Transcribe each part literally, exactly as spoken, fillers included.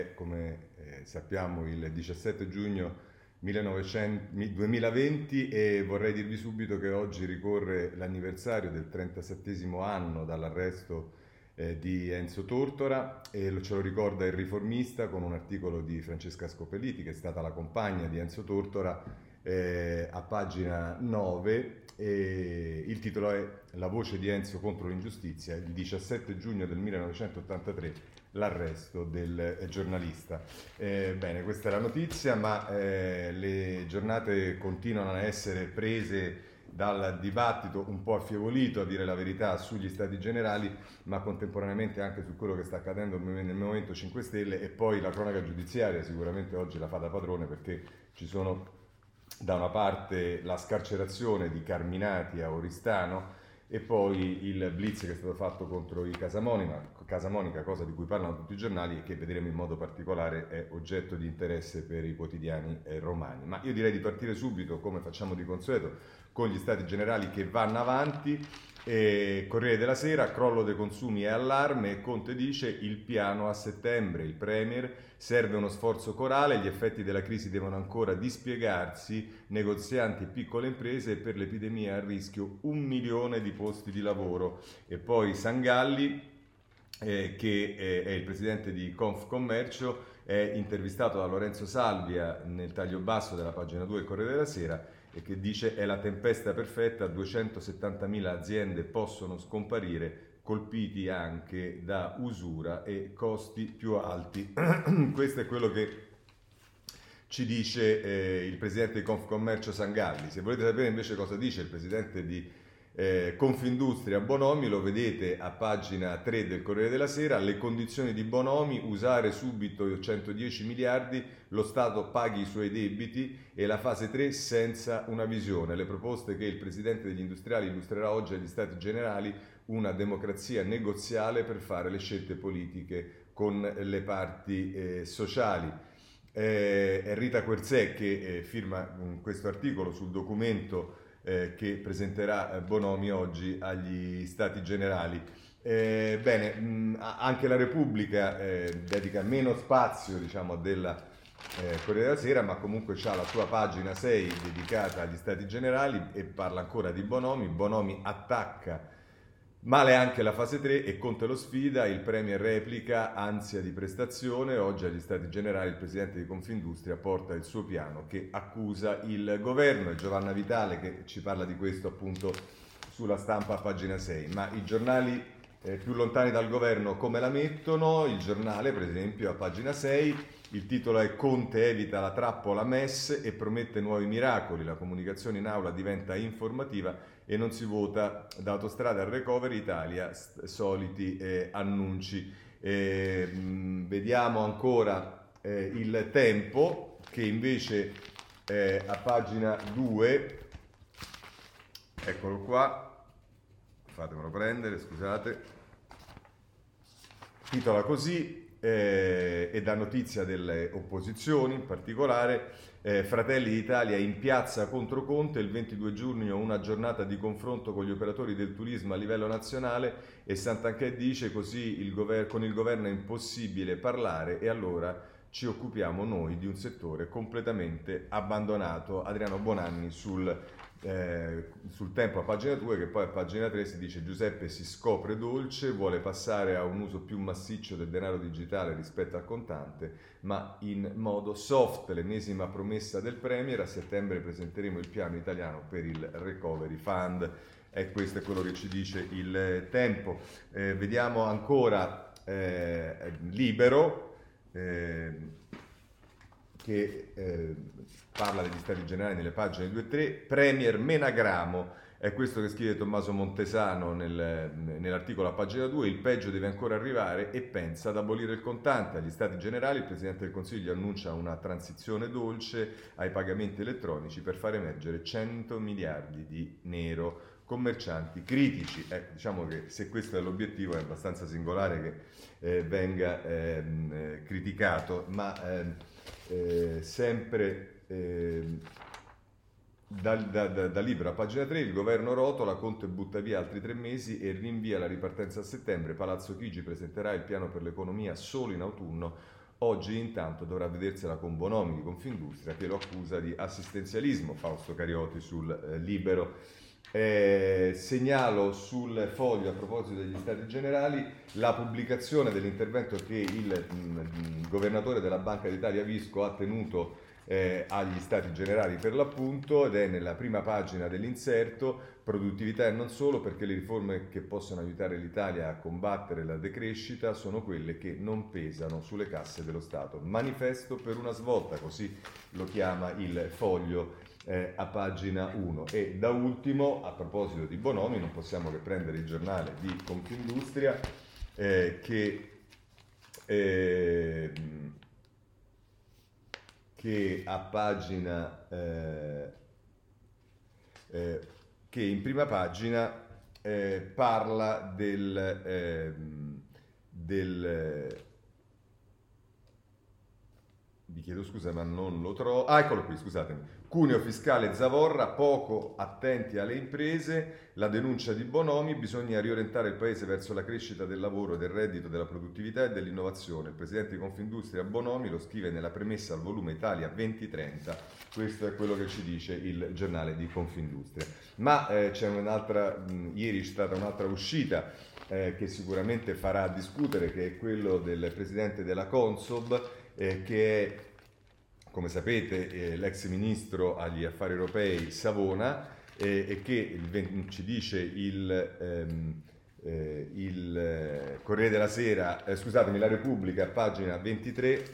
Come eh, sappiamo il diciassette giugno millenovecento duemilaventi, e vorrei dirvi subito che oggi ricorre l'anniversario del trentasettesimo anno dall'arresto eh, di Enzo Tortora, e lo- ce lo ricorda il Riformista con un articolo di Francesca Scopelliti, che è stata la compagna di Enzo Tortora, eh, a pagina nove. E il titolo è La voce di Enzo contro l'ingiustizia, il diciassette giugno del millenovecentottantatré l'arresto del eh, giornalista. Eh, bene, questa è la notizia, ma eh, le giornate continuano a essere prese dal dibattito un po' affievolito, a dire la verità, sugli stati generali, ma contemporaneamente anche su quello che sta accadendo nel Movimento cinque Stelle, e poi la cronaca giudiziaria sicuramente oggi la fa da padrone, perché ci sono da una parte la scarcerazione di Carminati a Oristano, e poi il blitz che è stato fatto contro i Casamonica, Casamonica, cosa di cui parlano tutti i giornali e che vedremo in modo particolare è oggetto di interesse per i quotidiani eh, romani. Ma io direi di partire subito, come facciamo di consueto, con gli stati generali che vanno avanti. E Corriere della Sera: crollo dei consumi e allarme, e Conte dice il piano a settembre, il Premier: serve uno sforzo corale, gli effetti della crisi devono ancora dispiegarsi, negozianti e piccole imprese, e per l'epidemia a rischio un milione di posti di lavoro. E poi Sangalli, eh, che eh, è il presidente di Confcommercio, è intervistato da Lorenzo Salvia nel taglio basso della pagina due del Corriere della Sera, e che dice è la tempesta perfetta, duecentosettantamila aziende possono scomparire, colpiti anche da usura e costi più alti. Questo è quello che ci dice eh, il presidente di Confcommercio Sangalli. Se volete sapere invece cosa dice il presidente di eh, Confindustria Bonomi, lo vedete a pagina tre del Corriere della Sera. Le condizioni di Bonomi: usare subito centodieci miliardi, lo Stato paghi i suoi debiti, e la fase tre senza una visione. Le proposte che il presidente degli industriali illustrerà oggi agli Stati Generali: una democrazia negoziale per fare le scelte politiche con le parti eh, sociali. Eh, è Rita Querzè che eh, firma mh, questo articolo sul documento eh, che presenterà eh, Bonomi oggi agli Stati Generali. Eh, bene, mh, anche la Repubblica eh, dedica meno spazio, diciamo, della eh, Corriere della Sera, ma comunque ha la sua pagina sei dedicata agli Stati Generali e parla ancora di Bonomi. Bonomi attacca: male anche la fase tre e Conte lo sfida, il Premier replica, ansia di prestazione. Oggi agli Stati Generali il presidente di Confindustria porta il suo piano che accusa il governo. È Giovanna Vitale che ci parla di questo appunto sulla Stampa a pagina sei. Ma i giornali eh, più lontani dal governo come la mettono? Il Giornale, per esempio, a pagina sei, il titolo è Conte evita la trappola M E S e promette nuovi miracoli, la comunicazione in aula diventa informativa e non si vota, da autostrada al recovery Italia, soliti eh, annunci. Eh, mh, vediamo ancora eh, il Tempo, che invece eh, a pagina due, eccolo qua, fatemelo prendere, scusate, titola così eh, e dà notizia delle opposizioni, in particolare eh, Fratelli d'Italia in piazza contro Conte, il ventidue giugno una giornata di confronto con gli operatori del turismo a livello nazionale, e Santanchè dice così il gover- con il governo è impossibile parlare, e allora ci occupiamo noi di un settore completamente abbandonato. Adriano Bonanni sul eh, sul Tempo a pagina due, che poi a pagina tre si dice Giuseppe si scopre dolce, vuole passare a un uso più massiccio del denaro digitale rispetto al contante, ma in modo soft. L'ennesima promessa del Premier: a settembre presenteremo il piano italiano per il Recovery Fund. E questo è quello che ci dice il Tempo. Eh, vediamo ancora eh, Libero, eh, che eh, parla degli Stati Generali nelle pagine due e tre. Premier Menagramo, è questo che scrive Tommaso Montesano nel, nell'articolo a pagina due: il peggio deve ancora arrivare e pensa ad abolire il contante. Agli Stati Generali il Presidente del Consiglio annuncia una transizione dolce ai pagamenti elettronici per far emergere cento miliardi di nero. Commercianti critici. Eh, diciamo che se questo è l'obiettivo è abbastanza singolare che eh, venga ehm, eh, criticato, ma ehm, eh, sempre eh, da, da, da, da Libero a pagina tre, il governo rotola, Conte butta via altri tre mesi e rinvia la ripartenza a settembre. Palazzo Chigi presenterà il piano per l'economia solo in autunno. oggi intanto dovrà vedersela con Bonomi di Confindustria che lo accusa di assistenzialismo, Fausto Carioti sul eh, Libero. Eh, segnalo sul Foglio, a proposito degli Stati Generali, la pubblicazione dell'intervento che il mh, governatore della Banca d'Italia Visco ha tenuto eh, agli Stati Generali per l'appunto, ed è nella prima pagina dell'inserto. Produttività e non solo, perché le riforme che possono aiutare l'Italia a combattere la decrescita sono quelle che non pesano sulle casse dello Stato. Manifesto per una svolta, così lo chiama il Foglio eh, a pagina uno. E da ultimo, a proposito di Bonomi, non possiamo che prendere il giornale di Confindustria eh, che, eh, che a pagina eh, eh, che in prima pagina eh, parla del, eh, del vi chiedo scusa ma non lo trovo, ah eccolo qui, scusatemi. Cuneo fiscale Zavorra, poco attenti alle imprese, la denuncia di Bonomi, bisogna riorientare il paese verso la crescita del lavoro, del reddito, della produttività e dell'innovazione. Il presidente di Confindustria Bonomi lo scrive nella premessa al volume Italia duemilatrenta, questo è quello che ci dice il giornale di Confindustria. Ma eh, c'è un'altra, mh, ieri c'è stata un'altra uscita eh, che sicuramente farà discutere, che è quello del presidente della Consob, eh, che è, come sapete, eh, l'ex ministro agli affari europei Savona, eh, e che il, ci dice il, ehm, eh, il eh, Corriere della Sera, eh, scusatemi, La Repubblica, pagina ventitré,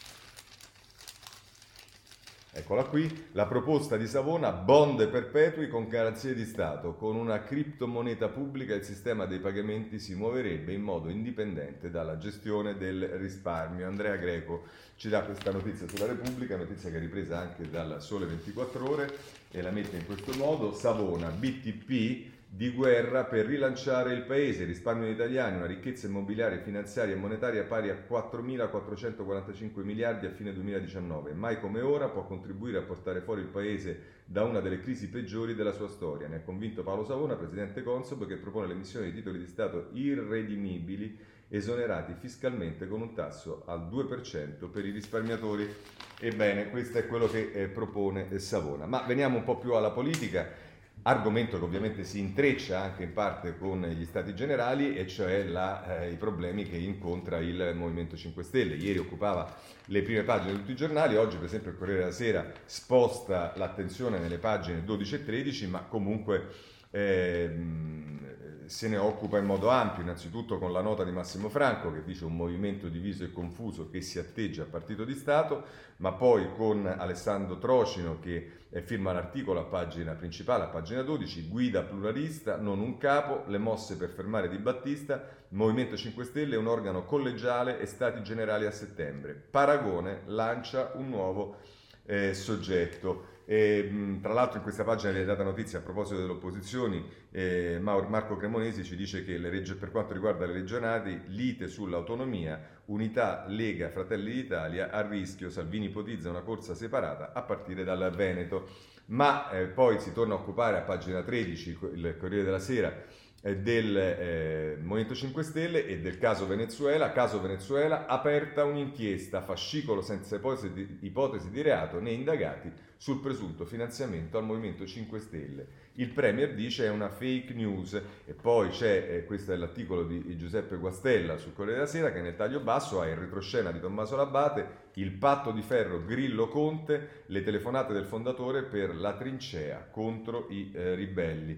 eccola qui, la proposta di Savona, bond perpetui con garanzie di Stato, con una criptomoneta pubblica il sistema dei pagamenti si muoverebbe in modo indipendente dalla gestione del risparmio. Andrea Greco ci dà questa notizia sulla Repubblica, notizia che è ripresa anche dal Sole ventiquattro Ore e la mette in questo modo: Savona, B T P di guerra per rilanciare il paese, risparmio degli italiani, una ricchezza immobiliare, finanziaria e monetaria pari a quattromilaquattrocentoquarantacinque miliardi a fine duemiladiciannove. Mai come ora può contribuire a portare fuori il paese da una delle crisi peggiori della sua storia. Ne ha convinto Paolo Savona, presidente Consob, che propone l'emissione di titoli di Stato irredimibili esonerati fiscalmente con un tasso al due per cento per i risparmiatori. Ebbene, questo è quello che eh, propone Savona. Ma veniamo un po' più alla politica. Argomento che ovviamente si intreccia anche in parte con gli Stati Generali, e cioè la, eh, i problemi che incontra il Movimento cinque Stelle. Ieri occupava le prime pagine di tutti i giornali, oggi per esempio il Corriere della Sera sposta l'attenzione nelle pagine dodici e tredici, ma comunque eh, se ne occupa in modo ampio, innanzitutto con la nota di Massimo Franco che dice un movimento diviso e confuso che si atteggia a partito di Stato, ma poi con Alessandro Trocino che firma l'articolo a pagina principale, a pagina dodici, guida pluralista, non un capo, le mosse per fermare Di Battista, Movimento cinque Stelle è un organo collegiale e Stati Generali a settembre. Paragone lancia un nuovo eh, soggetto. E, mh, tra l'altro in questa pagina viene data notizia a proposito delle opposizioni, eh, Marco Cremonesi ci dice che le reg- per quanto riguarda le regionali, lite sull'autonomia, Unità, Lega, Fratelli d'Italia, a rischio, Salvini ipotizza una corsa separata a partire dal Veneto. Ma eh, poi si torna a occupare a pagina tredici, il Corriere della Sera, eh, del eh, Movimento cinque Stelle e del caso Venezuela. Caso Venezuela, aperta un'inchiesta, fascicolo senza ipotesi di, ipotesi di reato né indagati sul presunto finanziamento al Movimento cinque Stelle. Il Premier dice è una fake news. E poi c'è, eh, questo è l'articolo di Giuseppe Guastella sul Corriere della Sera, che nel taglio basso ha il retroscena di Tommaso Labate, il patto di ferro Grillo-Conte, le telefonate del fondatore per la trincea contro i eh, ribelli.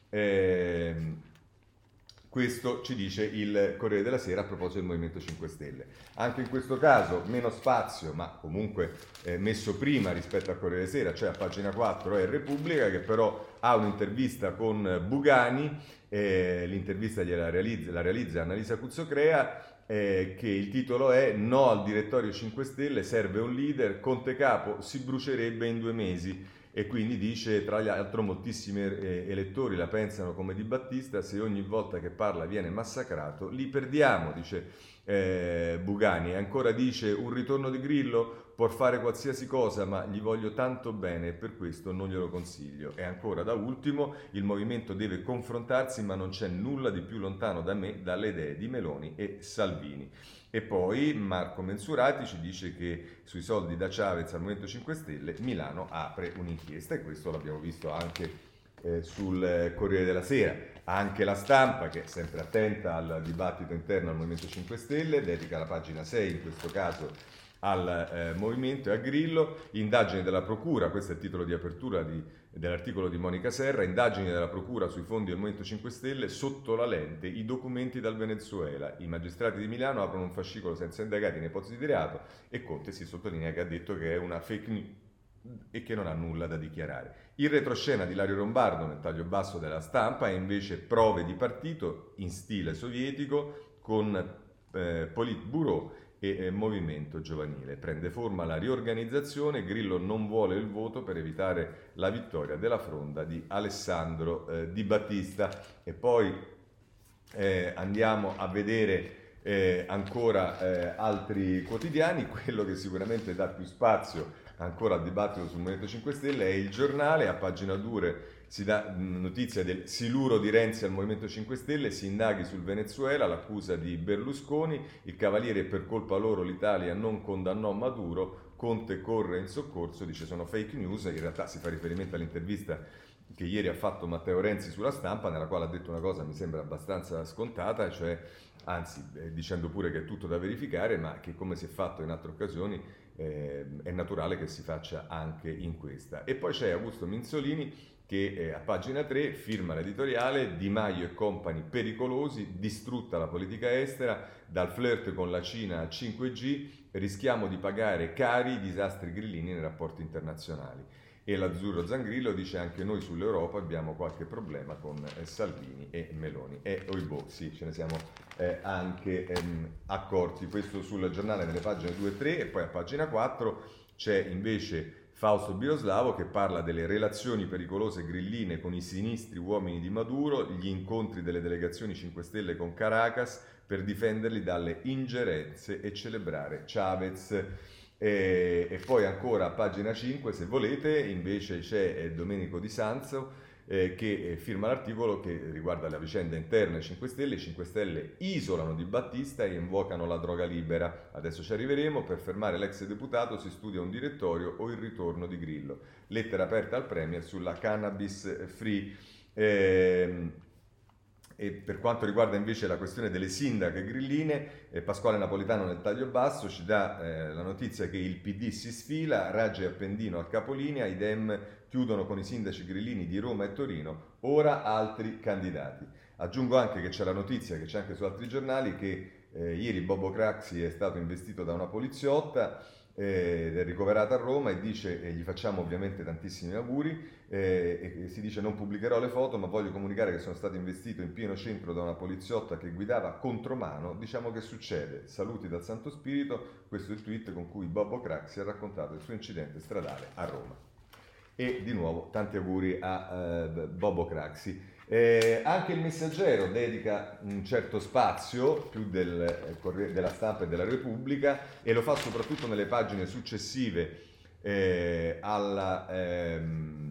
Eh, Questo ci dice il Corriere della Sera a proposito del Movimento cinque Stelle. Anche in questo caso meno spazio, ma comunque eh, messo prima rispetto al Corriere della Sera, cioè a pagina quattro è Repubblica, che però ha un'intervista con Bugani, eh, l'intervista gliela realizza, la realizza Annalisa Cuzzocrea, eh, che il titolo è No al direttorio cinque Stelle, serve un leader, Conte capo si brucerebbe in due mesi. E quindi dice, tra l'altro moltissimi eh, elettori la pensano come Di Battista, se ogni volta che parla viene massacrato, li perdiamo, dice eh, Bugani. E ancora dice, un ritorno di Grillo può fare qualsiasi cosa, ma gli voglio tanto bene e per questo non glielo consiglio. E ancora da ultimo, il movimento deve confrontarsi, ma non c'è nulla di più lontano da me, dalle idee di Meloni e Salvini. E poi Marco Mensurati ci dice che sui soldi da Chavez al Movimento cinque Stelle Milano apre un'inchiesta, e questo l'abbiamo visto anche eh, sul Corriere della Sera. Anche La Stampa, che è sempre attenta al dibattito interno al Movimento cinque Stelle, dedica la pagina sei in questo caso al eh, movimento e a Grillo. Indagini della Procura, questo è il titolo di apertura di, dell'articolo di Monica Serra, indagini della Procura sui fondi del Movimento cinque Stelle, sotto la lente i documenti dal Venezuela. I magistrati di Milano aprono un fascicolo senza indagati in ipotesi di reato, e Conte si sottolinea che ha detto che è una fake news e che non ha nulla da dichiarare. Il retroscena di Ilario Lombardo nel taglio basso della Stampa è invece prove di partito in stile sovietico con eh, Politburo e eh, movimento giovanile. Prende forma la riorganizzazione, Grillo non vuole il voto per evitare la vittoria della fronda di Alessandro eh, Di Battista. E poi eh, andiamo a vedere eh, ancora eh, altri quotidiani. Quello che sicuramente dà più spazio ancora al dibattito sul Movimento cinque Stelle è Il Giornale. A pagina due si dà notizia del siluro di Renzi al Movimento cinque Stelle, si indaghi sul Venezuela, l'accusa di Berlusconi, il Cavaliere: per colpa loro l'Italia non condannò Maduro, Conte corre in soccorso, dice sono fake news. In realtà si fa riferimento all'intervista che ieri ha fatto Matteo Renzi sulla Stampa, nella quale ha detto una cosa mi sembra abbastanza scontata, cioè, anzi eh, dicendo pure che è tutto da verificare, ma che come si è fatto in altre occasioni eh, è naturale che si faccia anche in questa. E poi c'è Augusto Minzolini che eh, a pagina tre firma l'editoriale: Di Maio e compagni pericolosi, distrutta la politica estera, dal flirt con la Cina al cinque G, rischiamo di pagare cari i disastri grillini nei rapporti internazionali. E l'Azzurro Zangrillo dice: anche noi sull'Europa abbiamo qualche problema con eh, Salvini e Meloni. E oibò, sì, ce ne siamo eh, anche ehm, accorti. Questo sul Giornale nelle pagine due e tre. E poi a pagina quattro c'è invece Fausto Biroslavo che parla delle relazioni pericolose grilline con i sinistri uomini di Maduro, gli incontri delle delegazioni cinque Stelle con Caracas per difenderli dalle ingerenze e celebrare Chavez. E, e poi ancora a pagina cinque, se volete, invece c'è eh, Domenico Di Sanzo eh, che eh, firma l'articolo che riguarda la vicenda interna ai cinque Stelle. I cinque Stelle isolano Di Battista e invocano la droga libera. Adesso ci arriveremo. Per fermare l'ex deputato si studia un direttorio o il ritorno di Grillo. Lettera aperta al Premier sulla cannabis free. Eh, E per quanto riguarda invece la questione delle sindache grilline, eh, Pasquale Napolitano nel taglio basso ci dà eh, la notizia che il P D si sfila, Raggi e Appendino al capolinea, i Dem chiudono con i sindaci grillini di Roma e Torino, ora altri candidati. Aggiungo anche che c'è la notizia, che c'è anche su altri giornali, che eh, ieri Bobo Craxi è stato investito da una poliziotta ed è ricoverato a Roma, e dice, e gli facciamo ovviamente tantissimi auguri, eh, e si dice: non pubblicherò le foto ma voglio comunicare che sono stato investito in pieno centro da una poliziotta che guidava contromano, diciamo che succede, saluti dal Santo Spirito. Questo è il tweet con cui Bobo Craxi ha raccontato il suo incidente stradale a Roma. E di nuovo tanti auguri a eh, Bobo Craxi. Eh, anche il Messaggero dedica un certo spazio, più del, eh, della Stampa e della Repubblica, e lo fa soprattutto nelle pagine successive eh, alla, ehm,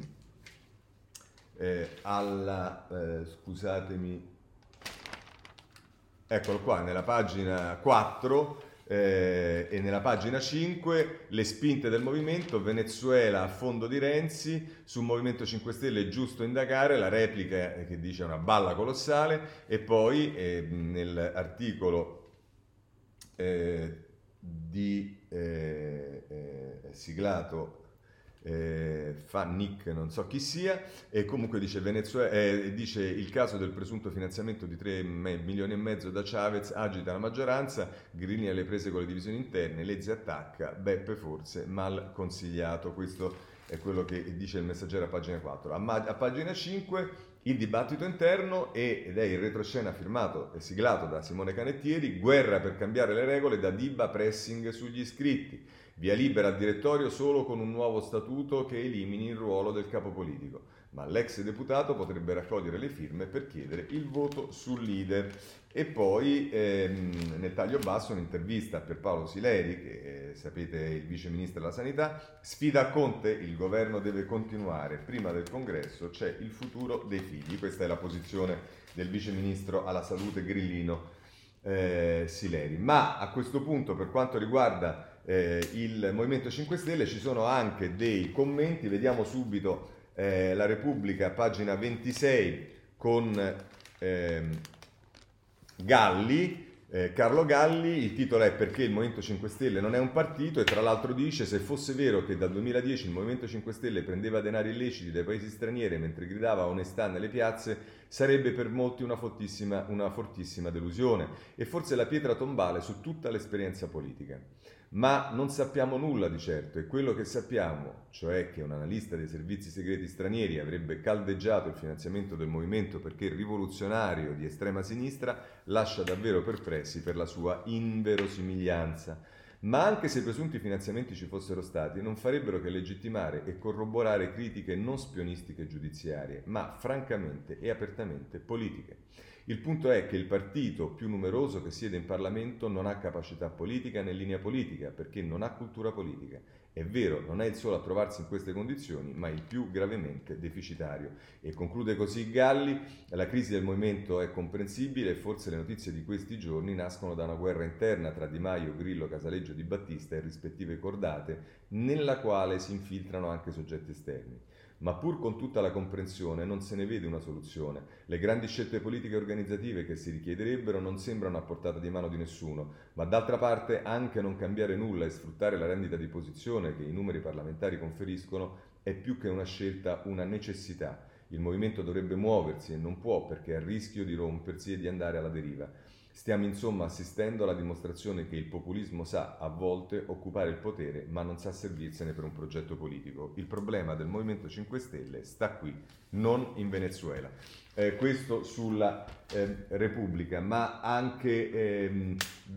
eh, alla eh, scusatemi, eccolo qua, nella pagina quattro eh, e nella pagina cinque, le spinte del movimento, Venezuela a fondo di Renzi, sul Movimento cinque Stelle è giusto indagare, la replica che dice una balla colossale. E poi eh, nell'articolo eh, di eh, eh, siglato Eh, fa Nick, non so chi sia, e comunque dice, Venezuela, eh, dice il caso del presunto finanziamento di tre milioni e mezzo da Chavez agita la maggioranza, Grillini alle prese con le divisioni interne, Lezzi attacca, Beppe forse mal consigliato. Questo è quello che dice il Messaggero a pagina quattro. A, ma- a pagina cinque il dibattito interno, ed è il retroscena firmato e siglato da Simone Canettieri: guerra per cambiare le regole, da Diba pressing sugli iscritti. Via libera al direttorio solo con un nuovo statuto che elimini il ruolo del capo politico, ma l'ex deputato potrebbe raccogliere le firme per chiedere il voto sul leader. E poi ehm, nel taglio basso un'intervista per Paolo Sileri, che eh, sapete è il vice ministro della sanità, sfida a Conte, il governo deve continuare, prima del congresso c'è il futuro dei figli. Questa è la posizione del vice ministro alla salute grillino. eh, Sileri. Ma a questo punto, per quanto riguarda eh, il Movimento cinque Stelle, ci sono anche dei commenti. Vediamo subito eh, la Repubblica, pagina ventisei, con ehm, Galli, eh, Carlo Galli. Il titolo è "Perché il Movimento cinque Stelle non è un partito", e tra l'altro dice: "Se fosse vero che dal duemiladieci il Movimento cinque Stelle prendeva denari illeciti dai paesi stranieri mentre gridava onestà nelle piazze, sarebbe per molti una fortissima, una fortissima delusione e forse la pietra tombale su tutta l'esperienza politica. Ma non sappiamo nulla di certo, e quello che sappiamo, cioè che un analista dei servizi segreti stranieri avrebbe caldeggiato il finanziamento del movimento perché rivoluzionario di estrema sinistra, lascia davvero perplessi per la sua inverosimiglianza. Ma anche se i presunti finanziamenti ci fossero stati, non farebbero che legittimare e corroborare critiche non spionistiche e giudiziarie, ma francamente e apertamente politiche. Il punto è che il partito più numeroso che siede in Parlamento non ha capacità politica né linea politica, perché non ha cultura politica. È vero, non è il solo a trovarsi in queste condizioni, ma il più gravemente deficitario." E conclude così Galli: "La crisi del movimento è comprensibile e forse le notizie di questi giorni nascono da una guerra interna tra Di Maio, Grillo, Casaleggio, Di Battista e rispettive cordate, nella quale si infiltrano anche soggetti esterni. Ma pur con tutta la comprensione non se ne vede una soluzione. Le grandi scelte politiche e organizzative che si richiederebbero non sembrano a portata di mano di nessuno, ma d'altra parte anche non cambiare nulla e sfruttare la rendita di posizione che i numeri parlamentari conferiscono è più che una scelta, una necessità. Il movimento dovrebbe muoversi e non può, perché è a rischio di rompersi e di andare alla deriva. Stiamo insomma assistendo alla dimostrazione che il populismo sa a volte occupare il potere, ma non sa servirsene per un progetto politico. Il problema del Movimento cinque Stelle sta qui, non in Venezuela." Eh, questo sulla eh, Repubblica, ma anche ehm,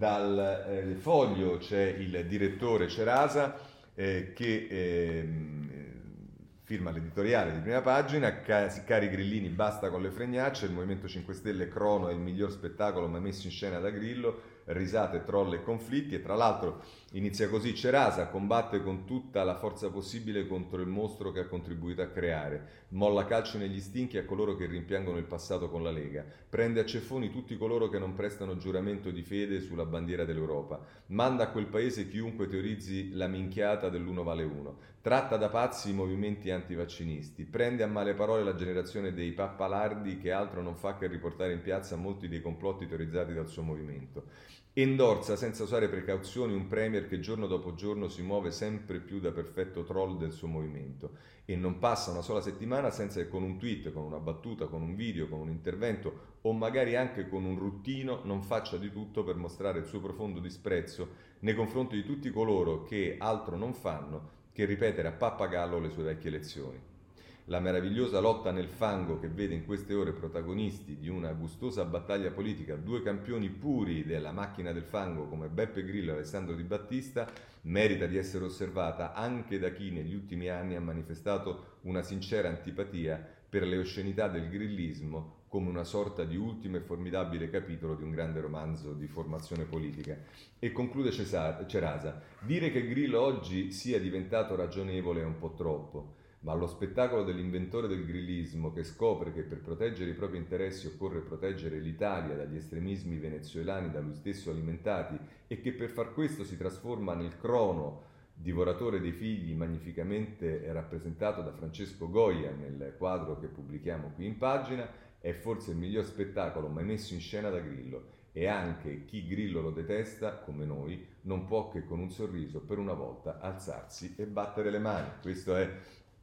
dal eh, Foglio c'è il direttore Cerasa eh, che ehm, firma l'editoriale di prima pagina: "Cari grillini, basta con le fregnacce, il Movimento cinque Stelle crono è il miglior spettacolo mai messo in scena da Grillo, risate, troll e conflitti." E tra l'altro inizia così: "Cerasa combatte con tutta la forza possibile contro il mostro che ha contribuito a creare, molla calci negli stinchi a coloro che rimpiangono il passato con la Lega, prende a ceffoni tutti coloro che non prestano giuramento di fede sulla bandiera dell'Europa, manda a quel paese chiunque teorizzi la minchiata dell'uno vale uno, tratta da pazzi i movimenti antivaccinisti, prende a male parole la generazione dei pappalardi che altro non fa che riportare in piazza molti dei complotti teorizzati dal suo movimento. Endorsa senza usare precauzioni un premier che giorno dopo giorno si muove sempre più da perfetto troll del suo movimento, e non passa una sola settimana senza che con un tweet, con una battuta, con un video, con un intervento o magari anche con un ruttino non faccia di tutto per mostrare il suo profondo disprezzo nei confronti di tutti coloro che altro non fanno che ripetere a pappagallo le sue vecchie lezioni. La meravigliosa lotta nel fango che vede in queste ore protagonisti di una gustosa battaglia politica due campioni puri della macchina del fango come Beppe Grillo e Alessandro Di Battista merita di essere osservata anche da chi negli ultimi anni ha manifestato una sincera antipatia per le oscenità del grillismo come una sorta di ultimo e formidabile capitolo di un grande romanzo di formazione politica." E conclude Cerasa: "Dire che Grillo oggi sia diventato ragionevole è un po' troppo, ma lo spettacolo dell'inventore del grillismo che scopre che per proteggere i propri interessi occorre proteggere l'Italia dagli estremismi venezuelani da lui stesso alimentati e che per far questo si trasforma nel crono divoratore dei figli magnificamente rappresentato da Francesco Goya nel quadro che pubblichiamo qui in pagina, è forse il miglior spettacolo mai messo in scena da Grillo, e anche chi Grillo lo detesta, come noi, non può che con un sorriso per una volta alzarsi e battere le mani." Questo è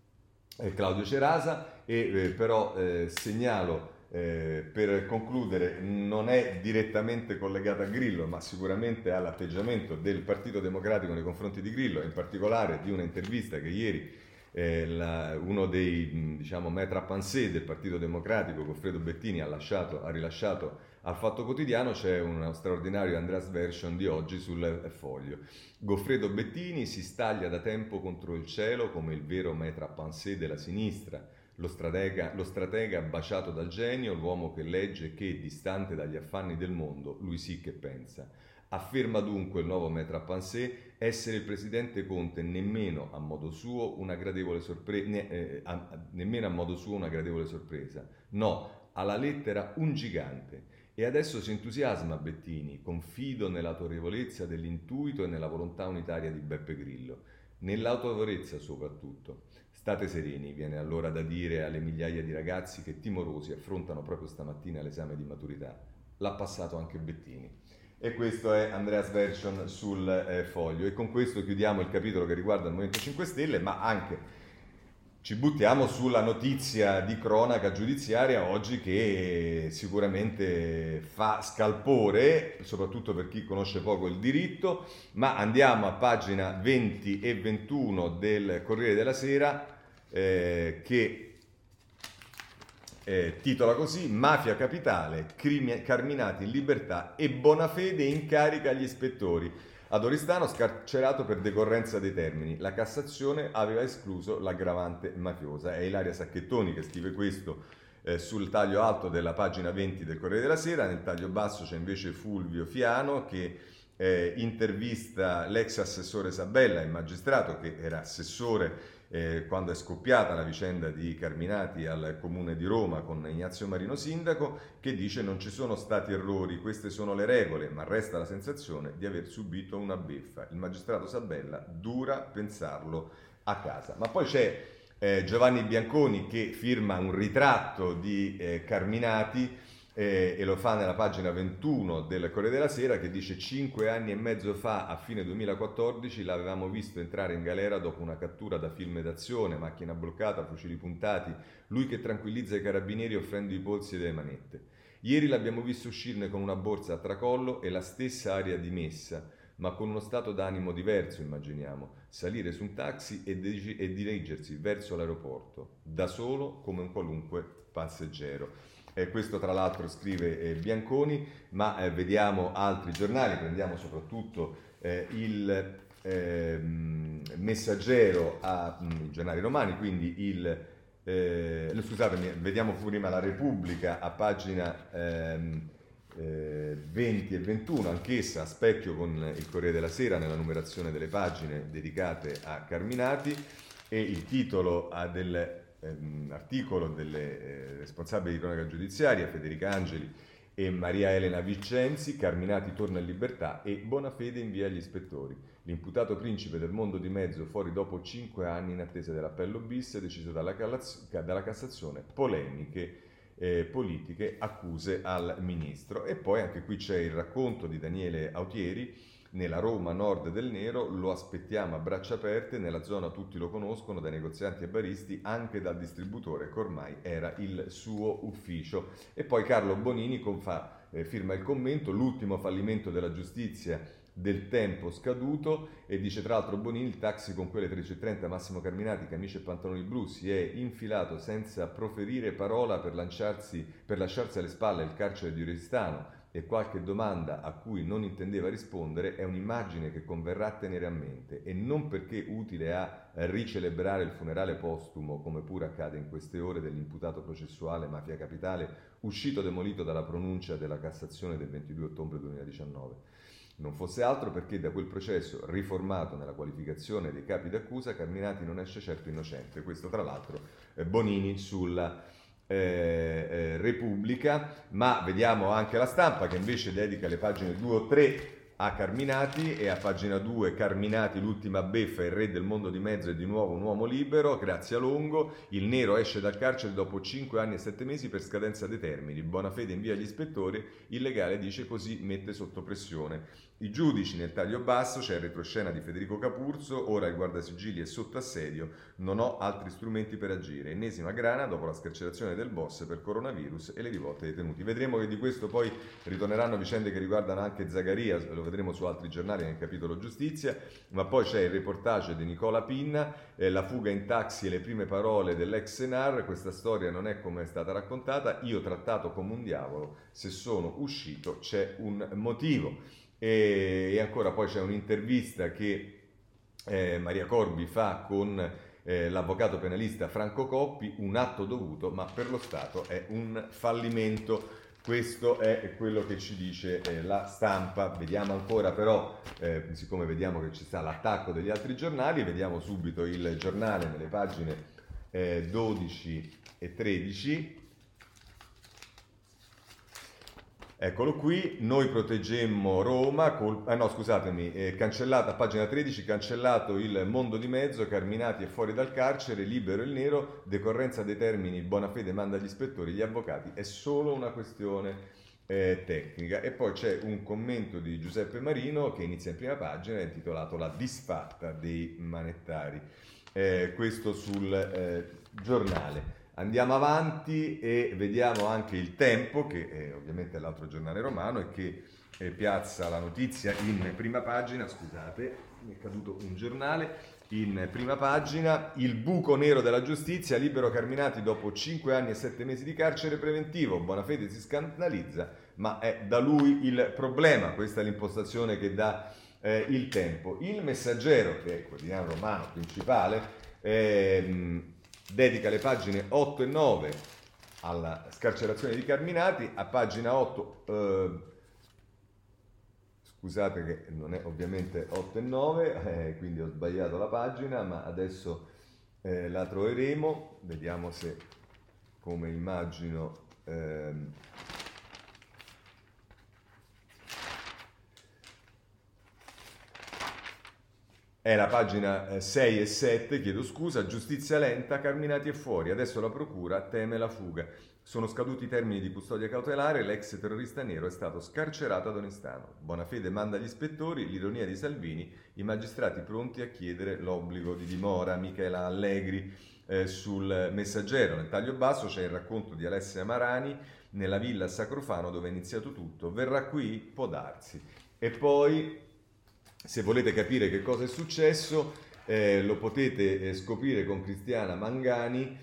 Claudio Cerasa. E eh, però eh, segnalo eh, per concludere, non è direttamente collegata a Grillo, ma sicuramente all'atteggiamento del Partito Democratico nei confronti di Grillo, in particolare di una intervista che ieri eh, la, uno dei diciamo maître à penser del Partito Democratico, Goffredo Bettini, ha, lasciato, ha rilasciato al Fatto Quotidiano. C'è uno straordinario Andreas Version di oggi sul Foglio. Goffredo Bettini si staglia da tempo contro il cielo come il vero maître à penser della sinistra, lo stratega, lo stratega baciato dal genio, l'uomo che legge e che, distante dagli affanni del mondo, lui sì che pensa. Afferma dunque il nuovo maître à penser essere il presidente Conte nemmeno a modo suo una gradevole sorpresa, ne, eh, a, nemmeno a modo suo una gradevole sorpresa. No, alla lettera un gigante. E adesso si entusiasma Bettini, confido nell'autorevolezza dell'intuito e nella volontà unitaria di Beppe Grillo, nell'autorevolezza soprattutto. State sereni, viene allora da dire alle migliaia di ragazzi che timorosi affrontano proprio stamattina l'esame di maturità. L'ha passato anche Bettini. E questo è Andreas Version sul eh, Foglio. E con questo chiudiamo il capitolo che riguarda il Movimento cinque Stelle, ma anche ci buttiamo sulla notizia di cronaca giudiziaria oggi che sicuramente fa scalpore, soprattutto per chi conosce poco il diritto, ma andiamo a pagina venti e ventuno del Corriere della Sera eh, che eh, titola così: Mafia Capitale, crimi- Carminati in libertà e Bonafede incarica agli ispettori. Ad Oristano scarcerato per decorrenza dei termini. La Cassazione aveva escluso l'aggravante mafiosa. È Ilaria Sacchettoni che scrive questo eh, sul taglio alto della pagina venti del Corriere della Sera. Nel taglio basso c'è invece Fulvio Fiano che eh, intervista l'ex assessore Sabella, il magistrato che era assessore eh, quando è scoppiata la vicenda di Carminati al Comune di Roma con Ignazio Marino sindaco, che dice non ci sono stati errori, queste sono le regole, ma resta la sensazione di aver subito una beffa. Il magistrato Sabella dura pensarlo a casa. Ma poi c'è eh, Giovanni Bianconi che firma un ritratto di eh, Carminati eh, e lo fa nella pagina ventuno del Corriere della Sera, che dice: cinque anni e mezzo fa, a fine duemilaquattordici, l'avevamo visto entrare in galera dopo una cattura da film d'azione, macchina bloccata, fucili puntati, lui che tranquillizza i carabinieri offrendo i polsi delle manette. Ieri l'abbiamo visto uscirne con una borsa a tracollo e la stessa aria di messa, ma con uno stato d'animo diverso, immaginiamo, salire su un taxi e, dig- e dirigersi verso l'aeroporto, da solo come un qualunque passeggero. Eh, questo tra l'altro scrive eh, Bianconi, ma eh, vediamo altri giornali, prendiamo soprattutto eh, il eh, Messaggero, a, mh, i giornali romani, quindi il, eh, scusatemi, vediamo prima la Repubblica a pagina ehm, eh, venti e ventuno, anch'essa a specchio con il Corriere della Sera nella numerazione delle pagine dedicate a Carminati, e il titolo ah, del Um, articolo delle eh, responsabili di cronaca giudiziaria Federica Angeli e Maria Elena Vincenzi: Carminati torna in libertà e Bonafede invia gli ispettori. L'imputato principe del mondo di mezzo fuori dopo cinque anni in attesa dell'appello bis deciso dalla, Calaz- dalla Cassazione, polemiche eh, politiche, accuse al ministro. E poi anche qui c'è il racconto di Daniele Autieri: nella Roma nord del Nero lo aspettiamo a braccia aperte, nella zona tutti lo conoscono, dai negozianti e baristi, anche dal distributore che ormai era il suo ufficio. E poi Carlo Bonini confa, eh, firma il commento: l'ultimo fallimento della giustizia del tempo scaduto, e dice tra l'altro Bonini: il taxi con quelle tredici e trenta Massimo Carminati, camicia e pantaloni blu, si è infilato senza proferire parola per, lanciarsi, per lasciarsi alle spalle il carcere di Oristano e qualche domanda a cui non intendeva rispondere. È un'immagine che converrà tenere a mente, e non perché utile a ricelebrare il funerale postumo, come pure accade in queste ore, dell'imputato processuale Mafia Capitale, uscito demolito dalla pronuncia della Cassazione del ventidue ottobre duemiladiciannove. Non fosse altro perché da quel processo, riformato nella qualificazione dei capi d'accusa, Carminati non esce certo innocente. Questo tra l'altro eh, Bonini sulla Eh, eh, Repubblica. Ma vediamo anche la Stampa, che invece dedica le pagine due o tre a Carminati, e a pagina due: Carminati, l'ultima beffa, il re del mondo di mezzo è di nuovo un uomo libero, grazie a Longo. Il nero esce dal carcere dopo cinque anni e sette mesi per scadenza dei termini. Bonafede invia gli ispettori, il legale dice così mette sotto pressione i giudici. Nel taglio basso c'è il retroscena di Federico Capurzo: ora il guardasigilli è sotto assedio, non ho altri strumenti per agire. Ennesima grana dopo la scarcerazione del boss per coronavirus e le rivolte dei detenuti. Vedremo che di questo poi ritorneranno vicende che riguardano anche Zagaria, lo vedremo su altri giornali nel capitolo giustizia. Ma poi c'è il reportage di Nicola Pinna, eh, la fuga in taxi e le prime parole dell'ex Senar. Questa storia non è come è stata raccontata, io trattato come un diavolo, se sono uscito c'è un motivo. E, e ancora poi c'è un'intervista che eh, Maria Corbi fa con eh, l'avvocato penalista Franco Coppi: un atto dovuto ma per lo Stato è un fallimento. Questo è quello che ci dice eh, la Stampa. Vediamo ancora però, eh, siccome vediamo che ci sta l'attacco degli altri giornali, vediamo subito il Giornale nelle pagine eh, dodici e tredici. Eccolo qui, noi proteggemmo Roma, col, eh no scusatemi, eh, cancellata, pagina tredici, cancellato il mondo di mezzo, Carminati è fuori dal carcere, libero il nero, decorrenza dei termini, Bonafede manda gli ispettori, gli avvocati, è solo una questione eh, tecnica. E poi c'è un commento di Giuseppe Marino che inizia in prima pagina, è intitolato La disfatta dei manettari, eh, questo sul eh, giornale. Andiamo avanti e vediamo anche il Tempo, che è ovviamente l'altro giornale romano e che eh, piazza la notizia in prima pagina. Scusate, mi è caduto un giornale. In prima pagina, il buco nero della giustizia, libero Carminati dopo cinque anni e sette mesi di carcere preventivo. Bonafede si scandalizza, ma è da lui il problema. Questa è l'impostazione che dà eh, il Tempo. Il Messaggero, che è il quotidiano romano principale, ehm, dedica le pagine otto e nove alla scarcerazione di Carminati. A pagina otto, eh, scusate che non è ovviamente otto e nove, eh, quindi ho sbagliato la pagina, ma adesso eh, la troveremo, vediamo se, come immagino, ehm, è la pagina sei e sette, chiedo scusa, giustizia lenta, Carminati è fuori, adesso la procura teme la fuga. Sono scaduti i termini di custodia cautelare, l'ex terrorista nero è stato scarcerato ad Onestano. Bonafede manda gli ispettori, l'ironia di Salvini, i magistrati pronti a chiedere l'obbligo di dimora. Michela Allegri eh, sul Messaggero. Nel taglio basso c'è il racconto di Alessia Marani nella villa a Sacrofano dove è iniziato tutto. Verrà qui? Può darsi. E poi, se volete capire che cosa è successo, eh, lo potete eh, scoprire con Cristiana Mangani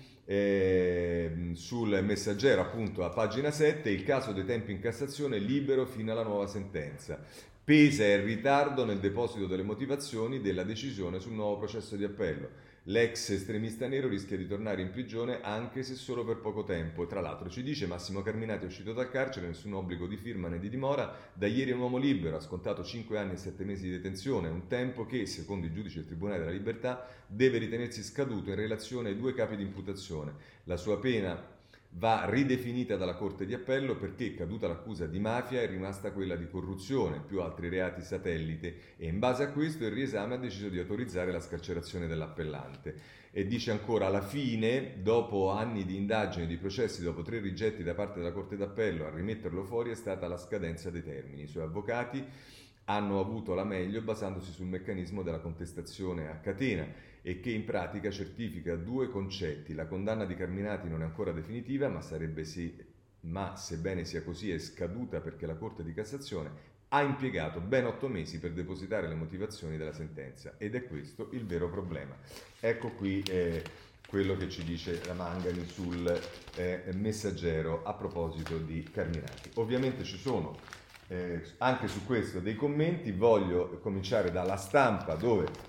eh, sul Messaggero, appunto a pagina sette, il caso dei tempi in Cassazione libero fino alla nuova sentenza. Pesa il ritardo nel deposito delle motivazioni della decisione sul nuovo processo di appello. L'ex estremista nero rischia di tornare in prigione anche se solo per poco tempo. Tra l'altro ci dice Massimo Carminati è uscito dal carcere, nessun obbligo di firma né di dimora, da ieri è un uomo libero, ha scontato cinque anni e sette mesi di detenzione, un tempo che, secondo i giudici del Tribunale della Libertà, deve ritenersi scaduto in relazione ai due capi di imputazione. La sua pena va ridefinita dalla Corte di Appello perché, caduta l'accusa di mafia, è rimasta quella di corruzione, più altri reati satellite, e in base a questo il riesame ha deciso di autorizzare la scarcerazione dell'appellante. E dice ancora, alla fine, dopo anni di indagini e di processi, dopo tre rigetti da parte della Corte d'Appello, a rimetterlo fuori è stata la scadenza dei termini. I suoi avvocati hanno avuto la meglio basandosi sul meccanismo della contestazione a catena, e che in pratica certifica due concetti. La condanna di Carminati non è ancora definitiva, ma, sarebbe sì, ma sebbene sia così è scaduta perché la Corte di Cassazione ha impiegato ben otto mesi per depositare le motivazioni della sentenza, ed è questo il vero problema. Ecco qui eh, quello che ci dice la Mangani sul eh, Messaggero a proposito di Carminati. Ovviamente ci sono eh, anche su questo dei commenti. Voglio cominciare dalla Stampa, dove